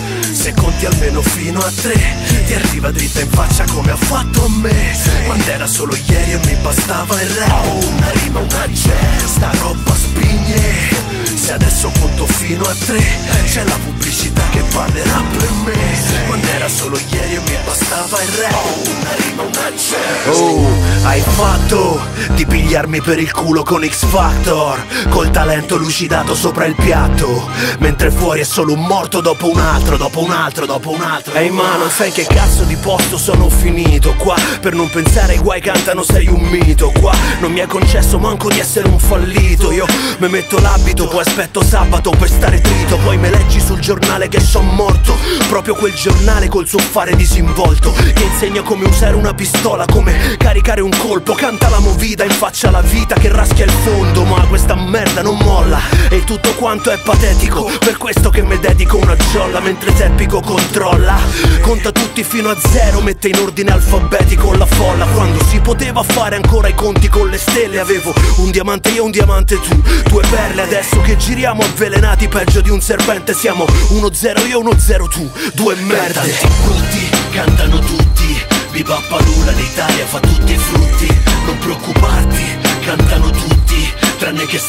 se conti almeno fino a 3 ti arriva dritta in faccia come ha fatto a me. Quando era solo ieri e mi bastava il rap. Una rima, una ricetta, sta roba spigne. Se adesso conto fino a 3 c'è la pubblicità che parlerà per me. Quando era solo ieri e mi bastava il rap. Una rima, una ricetta. Oh, hai fatto di pigliarmi per il culo con X Factor, col talento lucidato sopra il piatto, mentre fuori è solo un morto dopo un altro, dopo un altro, dopo un altro. Ehi ma non sai che cazzo di posto sono finito qua? Per non pensare ai guai cantano sei un mito qua. Non mi è concesso manco di essere un fallito. Io mi metto l'abito, poi aspetto sabato per stare trito. Poi me leggi sul giornale che son morto, proprio quel giornale col suo fare disinvolto che insegna come usare una pistola, come caricare un colpo. Canta la movida in faccia alla vita che raschia il fondo, ma questa merda non molla e tutto quanto è patetico. Per questo che mi dedico una giolla mentre Teppico controlla, conta tutti fino a 0, mette in ordine alfabetico la folla. Quando si poteva fare ancora i conti con le stelle, avevo un diamante io, un diamante tu, 2 perle. Adesso che giriamo avvelenati peggio di un serpente, siamo 1-0 io, 1-0 tu, 2 merde. Tanti brutti, cantano tutti, viva Palula, l'Italia fa tutti i frutti. Non preoccuparti, cantano tutti, tranne che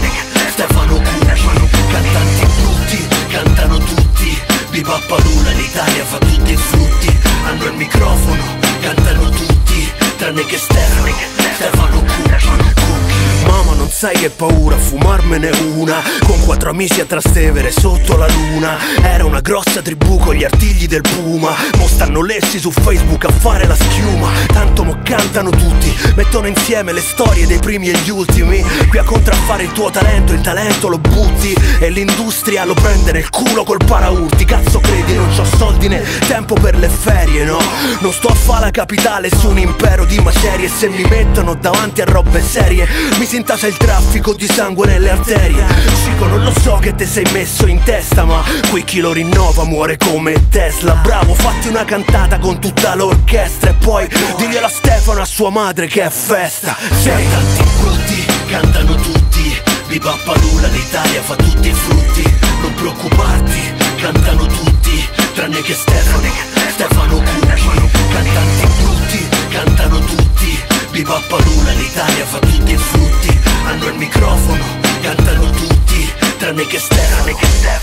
Stefano Cucchi. Cantanti brutti, cantano tutti, viva Palula, l'Italia fa tutti i frutti. Hanno il microfono, cantano tutti, tranne che Stefano Cucchi. Mamma non sai che paura fumarmene una, con 4 amici a Trastevere sotto la luna. Era una grossa tribù con gli artigli del Puma, mo stanno lessi su Facebook a fare la schiuma. Tanto mo cantano tutti, mettono insieme le storie dei primi e gli ultimi. Qui a contraffare il tuo talento, il talento lo butti e l'industria lo prende nel culo col paraurti. Cazzo credi non c'ho soldi né tempo per le ferie, no? Non sto a fa la capitale su un impero di macerie. Se mi mettono davanti a robe serie mi si intasa il traffico di sangue nelle arterie. Cico non lo so che te sei messo in testa, ma qui chi lo rinnova muore come Tesla. Bravo, fatti una cantata con tutta l'orchestra e poi diglielo a Stefano, a sua madre che è festa. Sei tanti brutti, cantano tutti, viva Palula, l'Italia fa tutti i frutti. Non preoccuparti, cantano tutti, tranne che Stefano Cucchi. Cantanti brutti, cantano tutti, viva Palula, l'Italia fa tutti i frutti. Hanno il microfono, cantano tutti, tranne che Stefano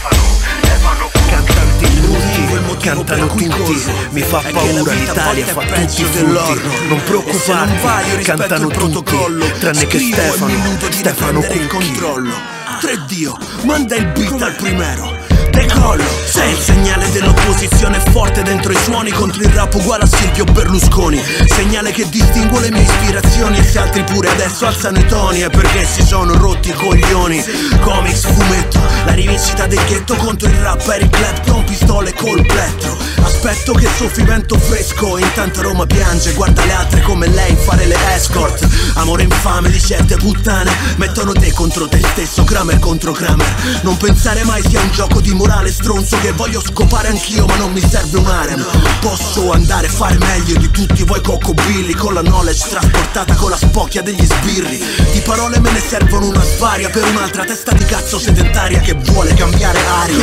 Cantanti brutti, cantano tutti, mi fa paura, l'Italia fa tutti i frutti. Non preoccuparti, cantano tutti, tranne che Stefano Cucchi. 3 Dio, manda il beat al primero. Decollo, sei il segnale dell'opposizione forte dentro i suoni contro il rap uguale a Silvio Berlusconi. Segnale che distingue le mie ispirazioni e se altri pure adesso alzano i toni è perché si sono rotti i coglioni. Comics, fumetto, la rivincita del ghetto contro il rapper, il Clapton, pistole col plettro. Aspetto che soffi vento fresco, intanto Roma piange, guarda le altre come lei fare le escort. Amore infame di certe puttane, mettono te contro te stesso, Kramer contro Kramer. Non pensare mai sia un gioco di morale stronzo che voglio scopare anch'io ma non mi serve un harem. Posso andare a fare meglio di tutti voi coccobilli, con la knowledge trasportata con la spocchia degli sbirri. Di parole me ne servono una svaria per un'altra testa di cazzo sedentaria che vuole cambiare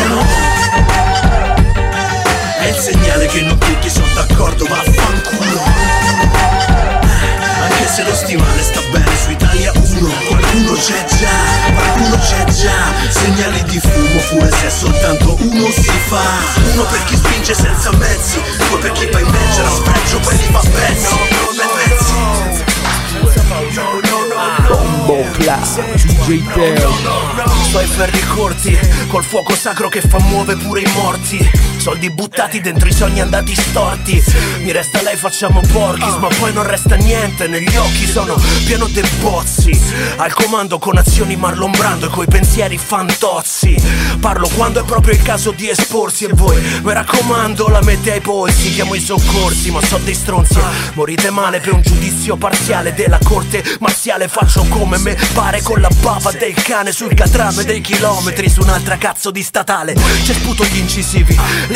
aria. È il segnale che non tutti sono d'accordo, vaffanculo. Anche se lo stimale sta bene su Italia 1. Qualcuno c'è già, segnali di fumo pure se soltanto uno si fa. 1 per chi spinge senza mezzi, 2 per chi va in mezzo la spregio poi li fa pezzi. Bombo Class, DJ Teo. Sto ai ferri corti, col fuoco sacro che fa muove pure i morti. Soldi buttati dentro i sogni andati storti. Mi resta lei, facciamo porchis, ma poi non resta niente. Negli occhi sono pieno de bozzi. Al comando con azioni Marlon Brando e coi pensieri fantozzi. Parlo quando è proprio il caso di esporsi e voi, mi raccomando, la mette ai polsi. Chiamo i soccorsi, ma so dei stronzi. Morite male per un giudizio parziale della corte marziale. Faccio come me pare con la bava del cane sul catrame dei chilometri su un'altra cazzo di statale. C'è sputo gli incisivi,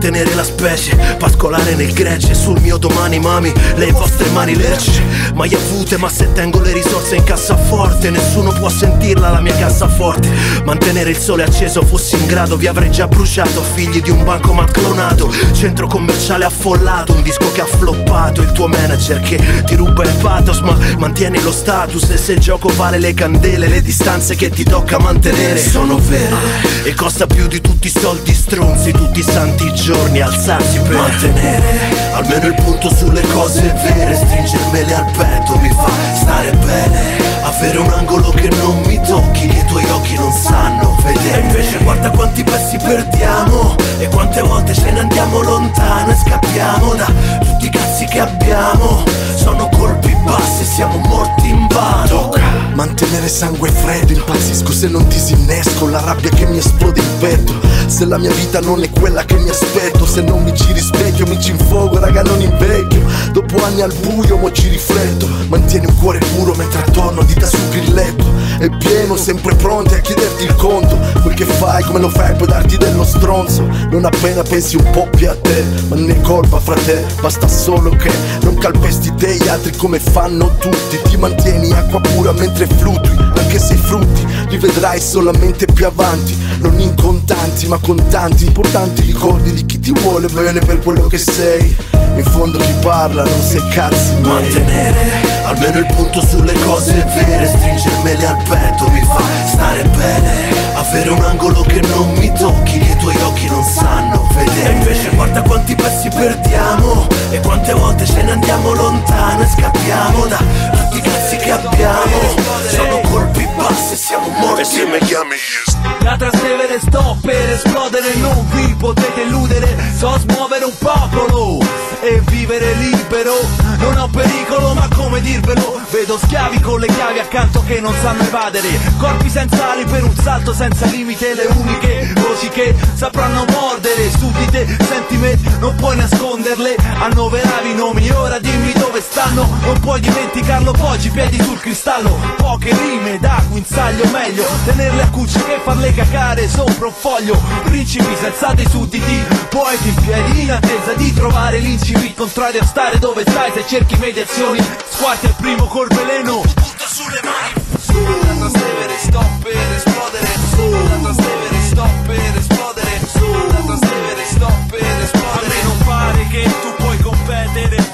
mantenere la specie, pascolare nel gregge. Sul mio domani mami, le vostre mani lerce mai avute, ma se tengo le risorse in cassaforte nessuno può sentirla la mia cassaforte. Mantenere il sole acceso fossi in grado, vi avrei già bruciato. Figli di un bancomat clonato, centro commerciale affollato, un disco che ha floppato, il tuo manager che ti ruba il pathos ma mantieni lo status. E se il gioco vale le candele, le distanze che ti tocca mantenere sono vere e costa più di tutti i soldi stronzi tutti i santi giorni alzarsi per mantenere almeno il punto sulle cose vere. Stringermele al petto mi fa stare bene, avere un angolo che non mi tocchi, che i tuoi occhi non sanno vedere. E invece guarda quanti pezzi perdiamo e quante volte ce ne andiamo lontano e scappiamo da tutti i cazzi che abbiamo. Sono colpi bassi e siamo morti in vano. Tocca mantenere sangue freddo, impazzisco se non disinnesco la rabbia che mi esplode in petto. Se la mia vita non è quella che mi aspetto, se non mi giri specchio mi ci infogo, raga non invecchio. Dopo anni al buio mo ci rifletto, mantieni un cuore puro mentre attorno dita sul grilletto. È pieno, sempre pronti a chiederti il conto. Quel che fai, come lo fai, puoi darti dello stronzo. Non appena pensi un po' più a te, ma ne è colpa fra te. Basta solo che non calpesti te gli altri come fanno tutti. Ti mantieni acqua pura mentre flutui, anche se i frutti li vedrai solamente più avanti. Non in contanti ma con tanti importanti ricordi di chi ti vuole bene per quello che sei. In fondo chi parla non sei cazzi miei. Mantenere almeno il punto sulle cose vere, stringermele al petto mi fa stare bene, avere un angolo che non mi tocchi, che i tuoi occhi non sanno vedere. E invece guarda quanti pezzi perdiamo e quante volte ce ne andiamo lontano e scappiamo da tutti i cazzi che abbiamo. Sono colpi bassi e siamo morti. E se mi chiami da Trastevere sto per esplodere, non vi potete illudere, so smuovere un popolo e vivere libero. Non ho pericolo ma come dirvelo, vedo schiavi con le chiavi accanto che non sanno evadere, corpi senza ali per un salto senza limite, le uniche voci che sapranno mordere su di te. Senti me, non puoi nasconderle, annoveravi i nomi, ora dimmi dove stanno. Non puoi dimenticarlo, poggi i piedi sul cristallo. Poche rime da guinzaglio, meglio tenerle a cuccia che farle cacare sopra un foglio. Principi senza dei sudditi, poeti in piedi in attesa di trovare l'incipit contrario a stare dove stai. Se cerchi mediazioni, squarti al primo col veleno, punta sulle mani. Su, da Trastevere sto per esplodere. Su, da Trastevere sto per esplodere. Su, da Trastevere sto per esplodere. A me non pare che tu puoi competere.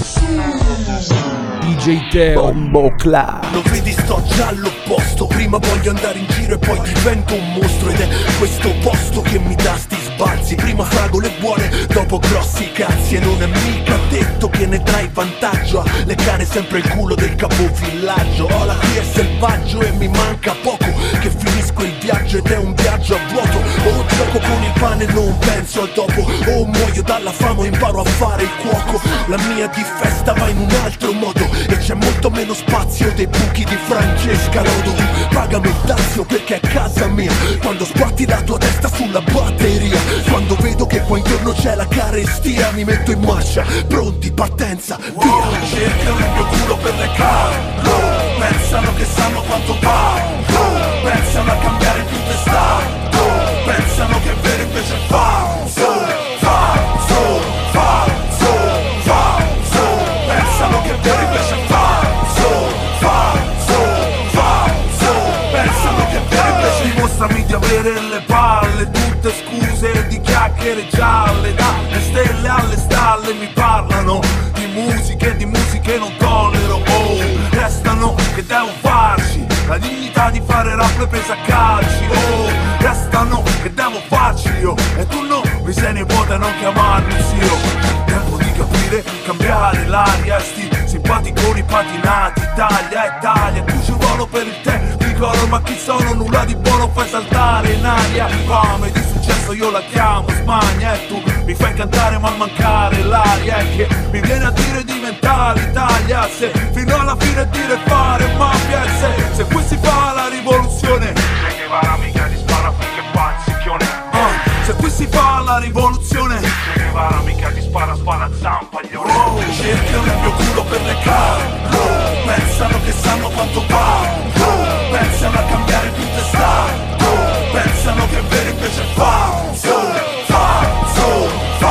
DJ Teo Bombocla. Lo vedi, sto già all'opposto. Prima voglio andare in giro e poi divento un mostro. Ed è questo posto che mi dà sti sbalzi. Prima fragole buone, dopo grossi cazzi. E non è mica detto che ne trai vantaggio. Le cane sempre il culo del capovillaggio. Ho la qui è selvaggio e mi manca poco che finisco il viaggio ed è un viaggio a vuoto. O gioco con il pane e non penso al dopo, o muoio dalla fame o imparo a fare il cuoco. La mia di festa va in un altro modo e c'è molto meno spazio dei buchi di Francesca Lodo. Pagami il dazio perché è casa mia, quando squatti la tua testa sulla batteria. Quando vedo che qua intorno c'è la carestia, mi metto in marcia, pronti, partenza, via. Cercano il mio culo per le caro, pensano che sanno quanto vale, pensano a cambiare il tuo testato, pensano che è vero invece è falso, falso, falso, falso. Pensano che è vero invece è falso, falso, falso. Pensano che è vero invece. Dimostrami di avere le palle, tutte scuse di chiacchiere gialle. Dalle stelle alle stalle mi parlano di musiche non tollero. Oh, restano che devo farci la dignità di fare rap e presa a calci. Oh, restano che devo farci io e tu no, mi sei nipote, non chiamarmi zio. Tempo di capire, cambiare l'aria, sti simpaticoni patinati. Italia, Italia, tu ci ruolo per il te. Ricordo ma chi sono, nulla di buono fai saltare in aria. Fame di successo io la chiamo smania e tu mi fai cantare ma mancare l'aria. E che mi viene a dire diventare l'Italia, se fino alla fine dire fare mafia. E se qui si fa la rivoluzione, Che Guevara mica ti spara finché pazzichione. Se qui si fa la rivoluzione, Che Guevara mica ti spara zampaglione. Oh, cercano il mio culo per le caro, pensano che sanno quanto vale, pensano a cambiare il tuo testato, pensano che è vero invece è falso, falso,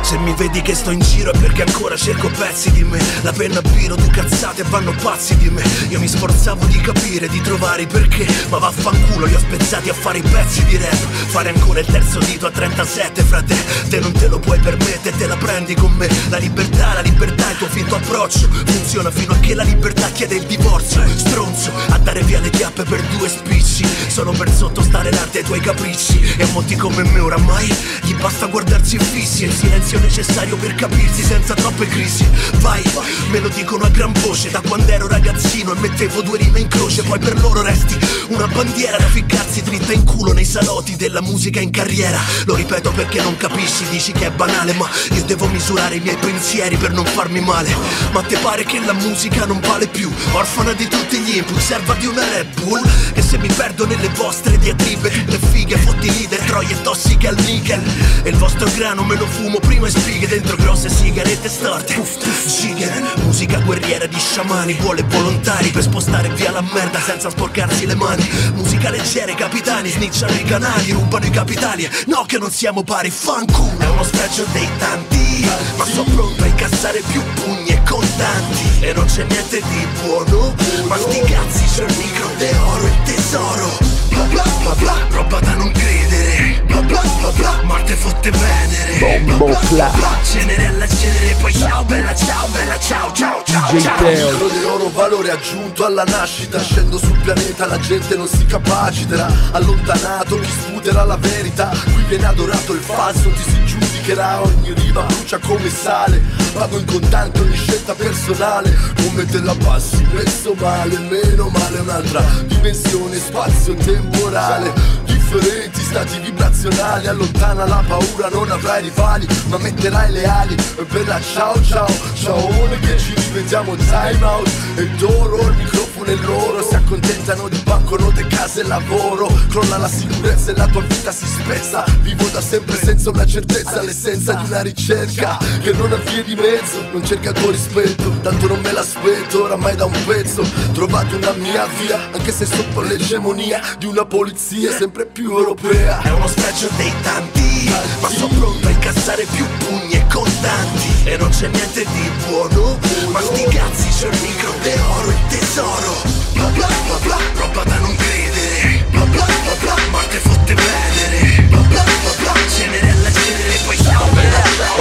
Se mi vedi che sto in giro è perché ancora cerco pezzi di me. La penna biro, tu cazzate e vanno pazzi di me. Io mi sforzavo di capire, di trovare i perché, ma vaffanculo li ho spezzati a fare i pezzi di rap. Fare ancora il terzo dito a 37, frate, te non te lo puoi permettere, te la prendi con me. La libertà è il tuo finto approccio. Funziona fino a che la libertà chiede il divorzio. Stronzo, a dare via le chiappe per 2 spicci, solo per sottostare l'arte ai tuoi capricci. E a molti come me oramai gli basta guardarsi fissi. È il silenzio necessario per capirsi senza troppe crisi. Vai, me lo dicono a gran voce da quando ero ragazzino e mettevo 2 rime in croce. Poi per loro resti una bandiera da ficcarsi dritta in culo nei salotti della musica in carriera. Lo ripeto perché non capisci, dici che è banale, ma io devo misurare i miei pensieri per non farmi male. Ma te pare che la musica non vale più? Orfana di tutti gli input, serva di una Red Bull? Che se mi perdo nelle vostre diatribe, tutte fighe, fotti leader, troie tossiche al nickel. E il vostro grano me lo fumo prima e spighe dentro grosse sigarette storte. Gigan, musica guerriera di sciamani, vuole volontari per spostare via la merda senza sporcarsi le mani. Musica leggera, i capitani snitchano i canali, rubano i capitali. No che non siamo pari, fanculo. È uno spregio dei tanti, ma sono pronto a incassare più pugni e contanti. E non c'è niente di buono, ma sti cazzi c'è il micro d'oro e tesoro. Bla bla bla bla, roba da non credere. Bla bla bla bla, Marte fotte venere. Bla bla bla bla, cenere alla cenere, poi ciao bella, ciao bella, ciao ciao ciao ciao. Micro d'oro, valore aggiunto alla nascita. Scendo sul pianeta, la gente non si capaciterà. Allontanato chi sputerà la verità. Qui viene adorato il falso, ti si giudicherà. Ogni riva brucia come sale. Pago in contante ogni scelta personale. Come te la passi, messo male. Meno male un'altra dimensione, spazio temporale. Differenti stati vibrazionali. Allontana la paura, non avrai rivali, ma metterai le ali per la ciao ciao ciaone che ci rivediamo time out. E d'oro il microfono è loro. Si accontentano di banconote, case e lavoro. Crolla la sicurezza e la tua vita si spezza. Vivo da sempre senza una certezza, l'essenza di una ricerca che non ha vie di mezzo. Non cerca il tuo rispetto, tanto non me l'aspetto. Oramai da un pezzo trovato una mia via, anche se sotto l'egemonia di una polizia sempre più europea. È uno spregio dei tanti, ma sono pronto a incassare più pugni e contanti. E non c'è niente di buono, ma sti cazzi c'è il micro d'oro e tesoro. Bla bla bla bla, roba da non credere. Bla bla bla bla, Marte fotte venere. Bla bla bla bla, cenere alla cenere, poi ciao bella.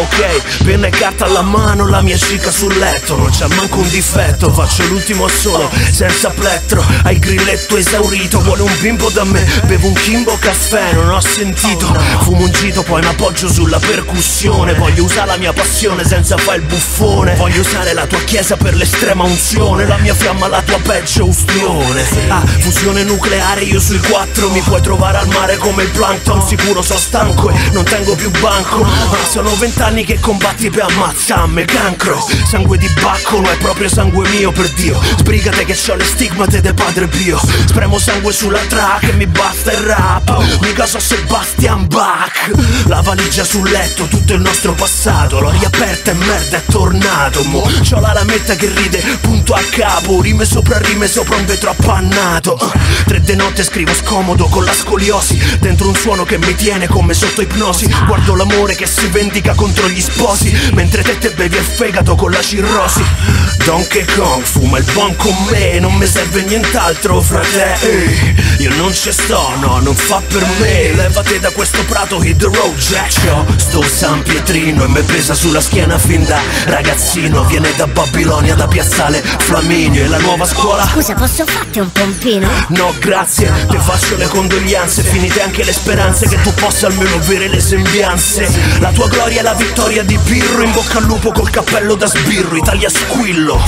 Ok, penna e carta alla mano, la mia cica sul letto. Non c'è manco un difetto, faccio l'ultimo assolo senza plettro. Hai il grilletto esaurito, vuole un bimbo da me. Bevo un Kimbo caffè, non ho sentito. Fumo un gito, poi mi appoggio sulla percussione. Voglio usare la mia passione senza fare il buffone. Voglio usare la tua chiesa per l'estrema unzione. La mia fiamma, la tua peggio ustione. Ah, fusione nucleare, io sui 4. Mi puoi trovare al mare come il plankton. Sicuro so stanco e non tengo più banco. Ma sono 20 anni che combatti per ammazzarmi, cancro. Sangue di bacco, non è proprio sangue mio, per Dio. Sbrigate che c'ho le stigmate de Padre Pio. Spremo sangue sulla track e mi basta il rap. Mica so Sebastian Bach. La valigia sul letto, tutto il nostro passato. L'ho riaperta e merda è tornato. Mo c'ho la lametta che ride, punto a capo. Rime sopra un vetro appannato. 3 di notte scrivo scomodo con la scoliosi. Dentro un suono che mi tiene come sotto ipnosi. Guardo l'amore che si vendica contro gli sposi, mentre te bevi il fegato con la cirrosi. Donkey Kong fuma il buon con me, non mi serve nient'altro frate. Io non ci sto, no, non fa per me. Levate da questo prato, hit the road Jack. C'ho sto San Pietrino e me pesa sulla schiena fin da ragazzino. Viene da Babilonia, da piazzale Flaminio. E la nuova scuola. Scusa, posso farti un pompino? No grazie, te faccio le condoglianze. Finite anche le speranze che tu possa almeno avere le sembianze. La tua gloria è la vittoria di Pirro. In bocca al lupo col cappello da sbirro, Italia squillo.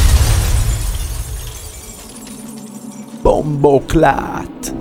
Bomboclat.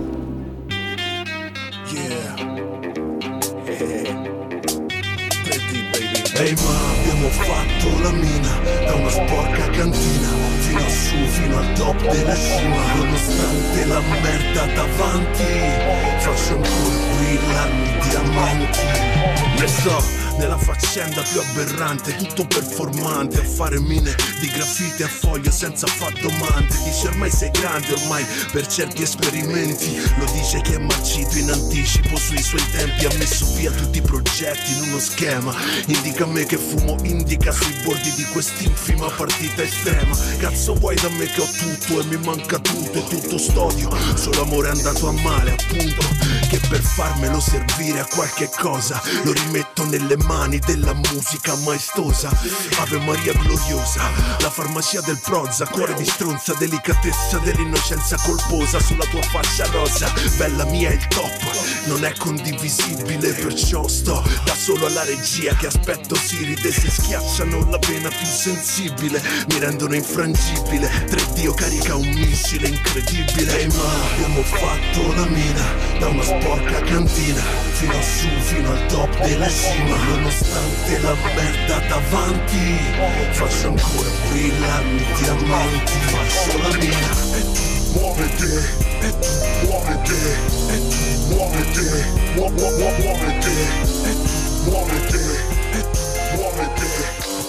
Ehi ma abbiamo fatto la mina da una sporca cantina fino a su, fino al top della cima. Nonostante la merda davanti, faccio ancora brillarmi diamanti. Ne so nella faccenda più aberrante, tutto performante, a fare mine di graffiti a foglio senza far domande. Dice ormai sei grande, ormai per certi esperimenti, lo dice chi è marcito in anticipo sui suoi tempi. Ha messo via tutti i progetti in uno schema, indica a me che fumo indica sui bordi di quest'infima partita estrema. Cazzo vuoi da me che ho tutto e mi manca tutto, e tutto stodio, solo amore è andato a male appunto, che per farmelo servire a qualche cosa lo rimetto nelle mani della musica maestosa. Ave Maria gloriosa, la farmacia del prozza, cuore di stronza, delicatezza dell'innocenza colposa sulla tua faccia rosa. Bella mia il top, non è condivisibile, perciò sto da solo alla regia che aspetto si ride. Se schiacciano la vena più sensibile mi rendono infrangibile. 3D carica un missile incredibile. Ehi ma abbiamo fatto la mina da una sporca cantina fino a su, fino al top della cima. Nonostante la merda davanti faccio ancora brillarmi i diamanti. Faccio la mina e tu muovete, e tu muovete, e tu muovete, muovete, e tu muovete, e tu muovete.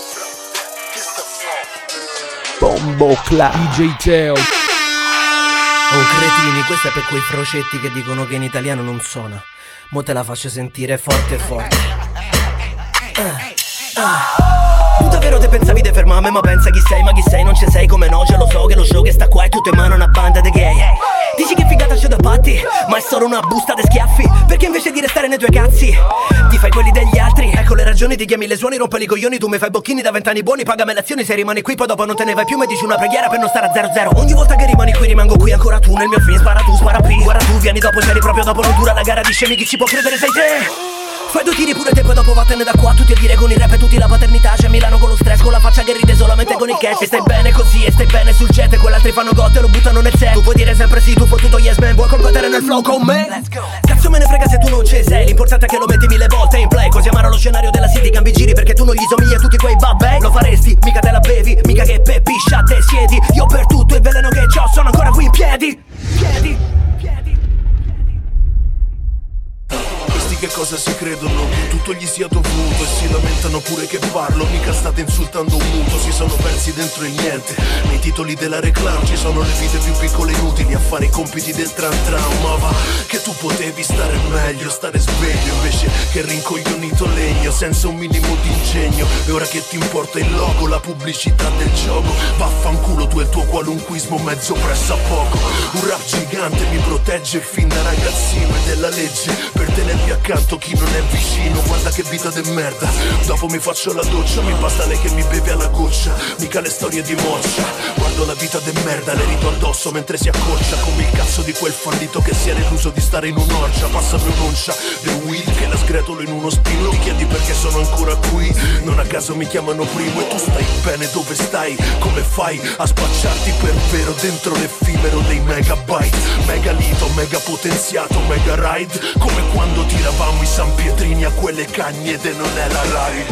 Bombo Club DJ Teo. Oh cretini, questo è per quei frocetti che dicono che in italiano non suona. Mo te la faccio sentire forte forte. Tu davvero te pensavi di fermarmi, ma pensa chi sei, non ci sei, come no, ce lo so che lo show che sta qua è tutto in mano a una banda di gay. Dici che figata c'è da patti, ma è solo una busta di schiaffi, perché invece di restare nei tuoi cazzi ti fai quelli degli altri. Ecco le ragioni, ti chiami le suoni, rompe i coglioni, tu mi fai bocchini da 20 anni buoni, pagami le azioni, se rimani qui poi dopo non te ne vai più, mi dici una preghiera per non stare a 0-0. Ogni volta che rimani qui rimango qui ancora tu, nel mio film spara tu, spara P. Guarda tu, vieni dopo, c'eri proprio dopo, non dura la gara di scemi, chi ci può credere sei te. Fai due tiri pure te, poi dopo vattene da qua. Tutti a dire con i rap e tutti la paternità. C'è Milano con lo stress, con la faccia che ride solamente con il cash. E stai bene così, e stai bene sul jet. E quell'altri fanno gotte e lo buttano nel set. Tu puoi dire sempre sì, tu fottuto yes man. Vuoi competere nel flow con me? Let's go. Cazzo me ne frega se tu non ci sei, l'importante è che lo metti 1000 volte in play. Così amaro lo scenario della city, cambi giri perché tu non gli somigli a tutti quei vabbè. Lo faresti, mica te la bevi, mica che peppiscia te siedi. Io per tutto il veleno che c'ho sono ancora qui in piedi. Che cosa si credono? Tutto gli sia dovuto e si lamentano pure che parlo. Mica state insultando un muto, si sono persi dentro il niente. Nei titoli della reclame ci sono le vite più piccole inutili a fare i compiti del tran tran. Ma va, che tu potevi stare meglio, stare sveglio invece che rincoglionito legno senza un minimo di ingegno. E ora che ti importa il logo, la pubblicità del gioco, vaffanculo tu e il tuo qualunquismo mezzo pressa poco. Un rap gigante mi protegge fin da ragazzino e della legge per tenervi a accanto chi non è vicino. Guarda che vita de merda, dopo mi faccio la doccia, mi basta lei che mi beve alla goccia, mica le storie di moccia. Guardo la vita de merda, le rito addosso mentre si accorcia, come il cazzo di quel fallito che si è deluso di stare in un'orgia. Passa pronuncia del weed che la sgretolo in uno spillo. Ti chiedi perché sono ancora qui, non a caso mi chiamano primo. E tu stai bene dove stai, come fai a spacciarti per vero dentro l'effimero dei megabyte. Megalito, mega potenziato, mega ride, come quando tiravamo i San Pietrini a quelle cagne ed non è la Rai.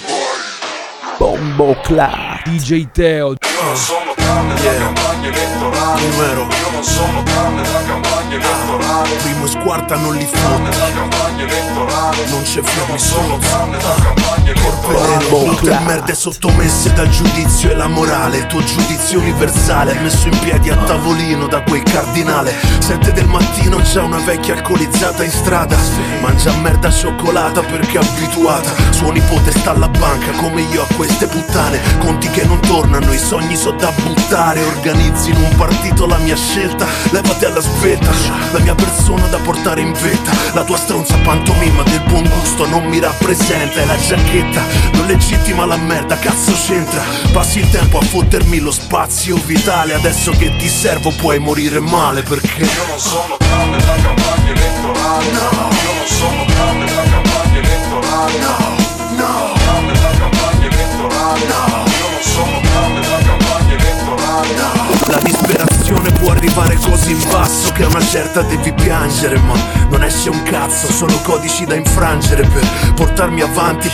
Bombo Club DJ Teo. Io non sono tranne da campagna elettorale. Numero. Io non sono tranne da campagna elettorale. Primo e squarta non li fotte. Da campagna elettorale. Non c'è fermi sono solo. tranne da campagna elettorale. Tutte merde sottomesse dal giudizio e la morale. Il tuo giudizio universale messo in piedi a tavolino da quel cardinale. 7 del mattino c'è una vecchia alcolizzata in strada, mangia merda cioccolata perché è abituata. Suo nipote sta alla banca come io a queste puttane. Conti che non tornano, i sogni so da buttare. Organizzi in un partito la mia scelta, levati alla svelta, la mia persona da portare in vetta. La tua stronza pantomima del buon gusto non mi rappresenta. E la giacchetta non legittima la merda, cazzo c'entra. Passi il tempo a fottermi lo spazio vitale. Adesso che ti servo puoi morire male perché io non sono tranne da campagna elettorale. No. Io non sono tranne da campagna elettorale. No. No. Tranne da campagna elettorale. No. Io non sono tranne da campagna elettorale. No. La disperazione può arrivare così in basso che a una certa devi piangere, ma non esce un cazzo. Sono codici da infrangere per portarmi avanti, per staccare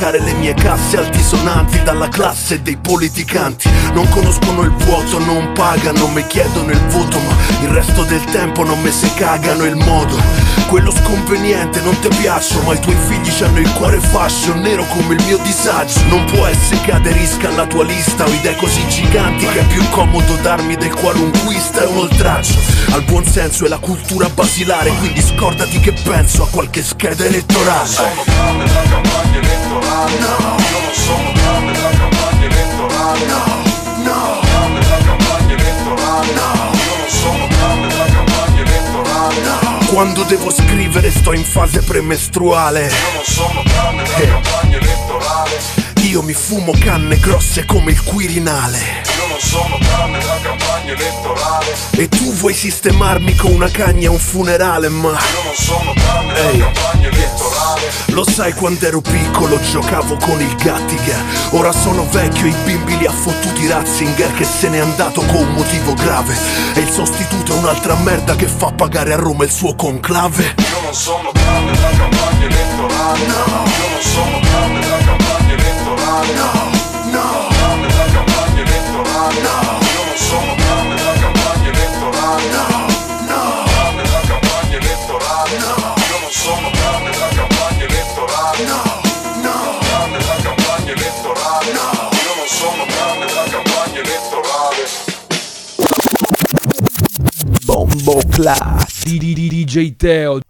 spaccare le mie casse altisonanti dalla classe dei politicanti. Non conoscono il vuoto, non pagano, mi chiedono il voto, ma il resto del tempo non me se cagano il modo. Quello sconveniente non ti piaccio, ma i tuoi figli c'hanno il cuore fascio, nero come il mio disagio. Non può essere che aderisca alla tua lista, ho idee così giganti che è più comodo darmi del qualunquista. È un oltraggio al buon senso e la cultura basilare, quindi scordati che penso a qualche scheda elettorale. Sono grande da campagna elettorale, no. Io non sono grande da campagna elettorale, no. Grande da campagna elettorale, no. Io non sono grande da campagna elettorale, no. Quando devo scrivere sto in fase premestruale. Io non sono grande da campagna elettorale. Io mi fumo canne grosse come il Quirinale. Io non sono grande da campagna elettorale. E tu vuoi sistemarmi con una cagna a un funerale, ma io non sono grande da campagna elettorale. Lo sai, quando ero piccolo giocavo con il Gattiger. Ora sono vecchio, i bimbi li ha fottuti Ratzinger, che se n'è andato con un motivo grave. E il sostituto è un'altra merda che fa pagare a Roma il suo conclave. Io non sono grande da campagna elettorale, no. Io non sono grande da campagna elettorale, no. Grande da campagna elettorale, no. Io non sono grande da campagna elettorale, no. Grande da campagna elettorale, no. Io non sono grande da campagna elettorale, no. Grande da campagna elettorale, no. Io non sono grande da campagna elettorale. Bombo Class DJ Teo.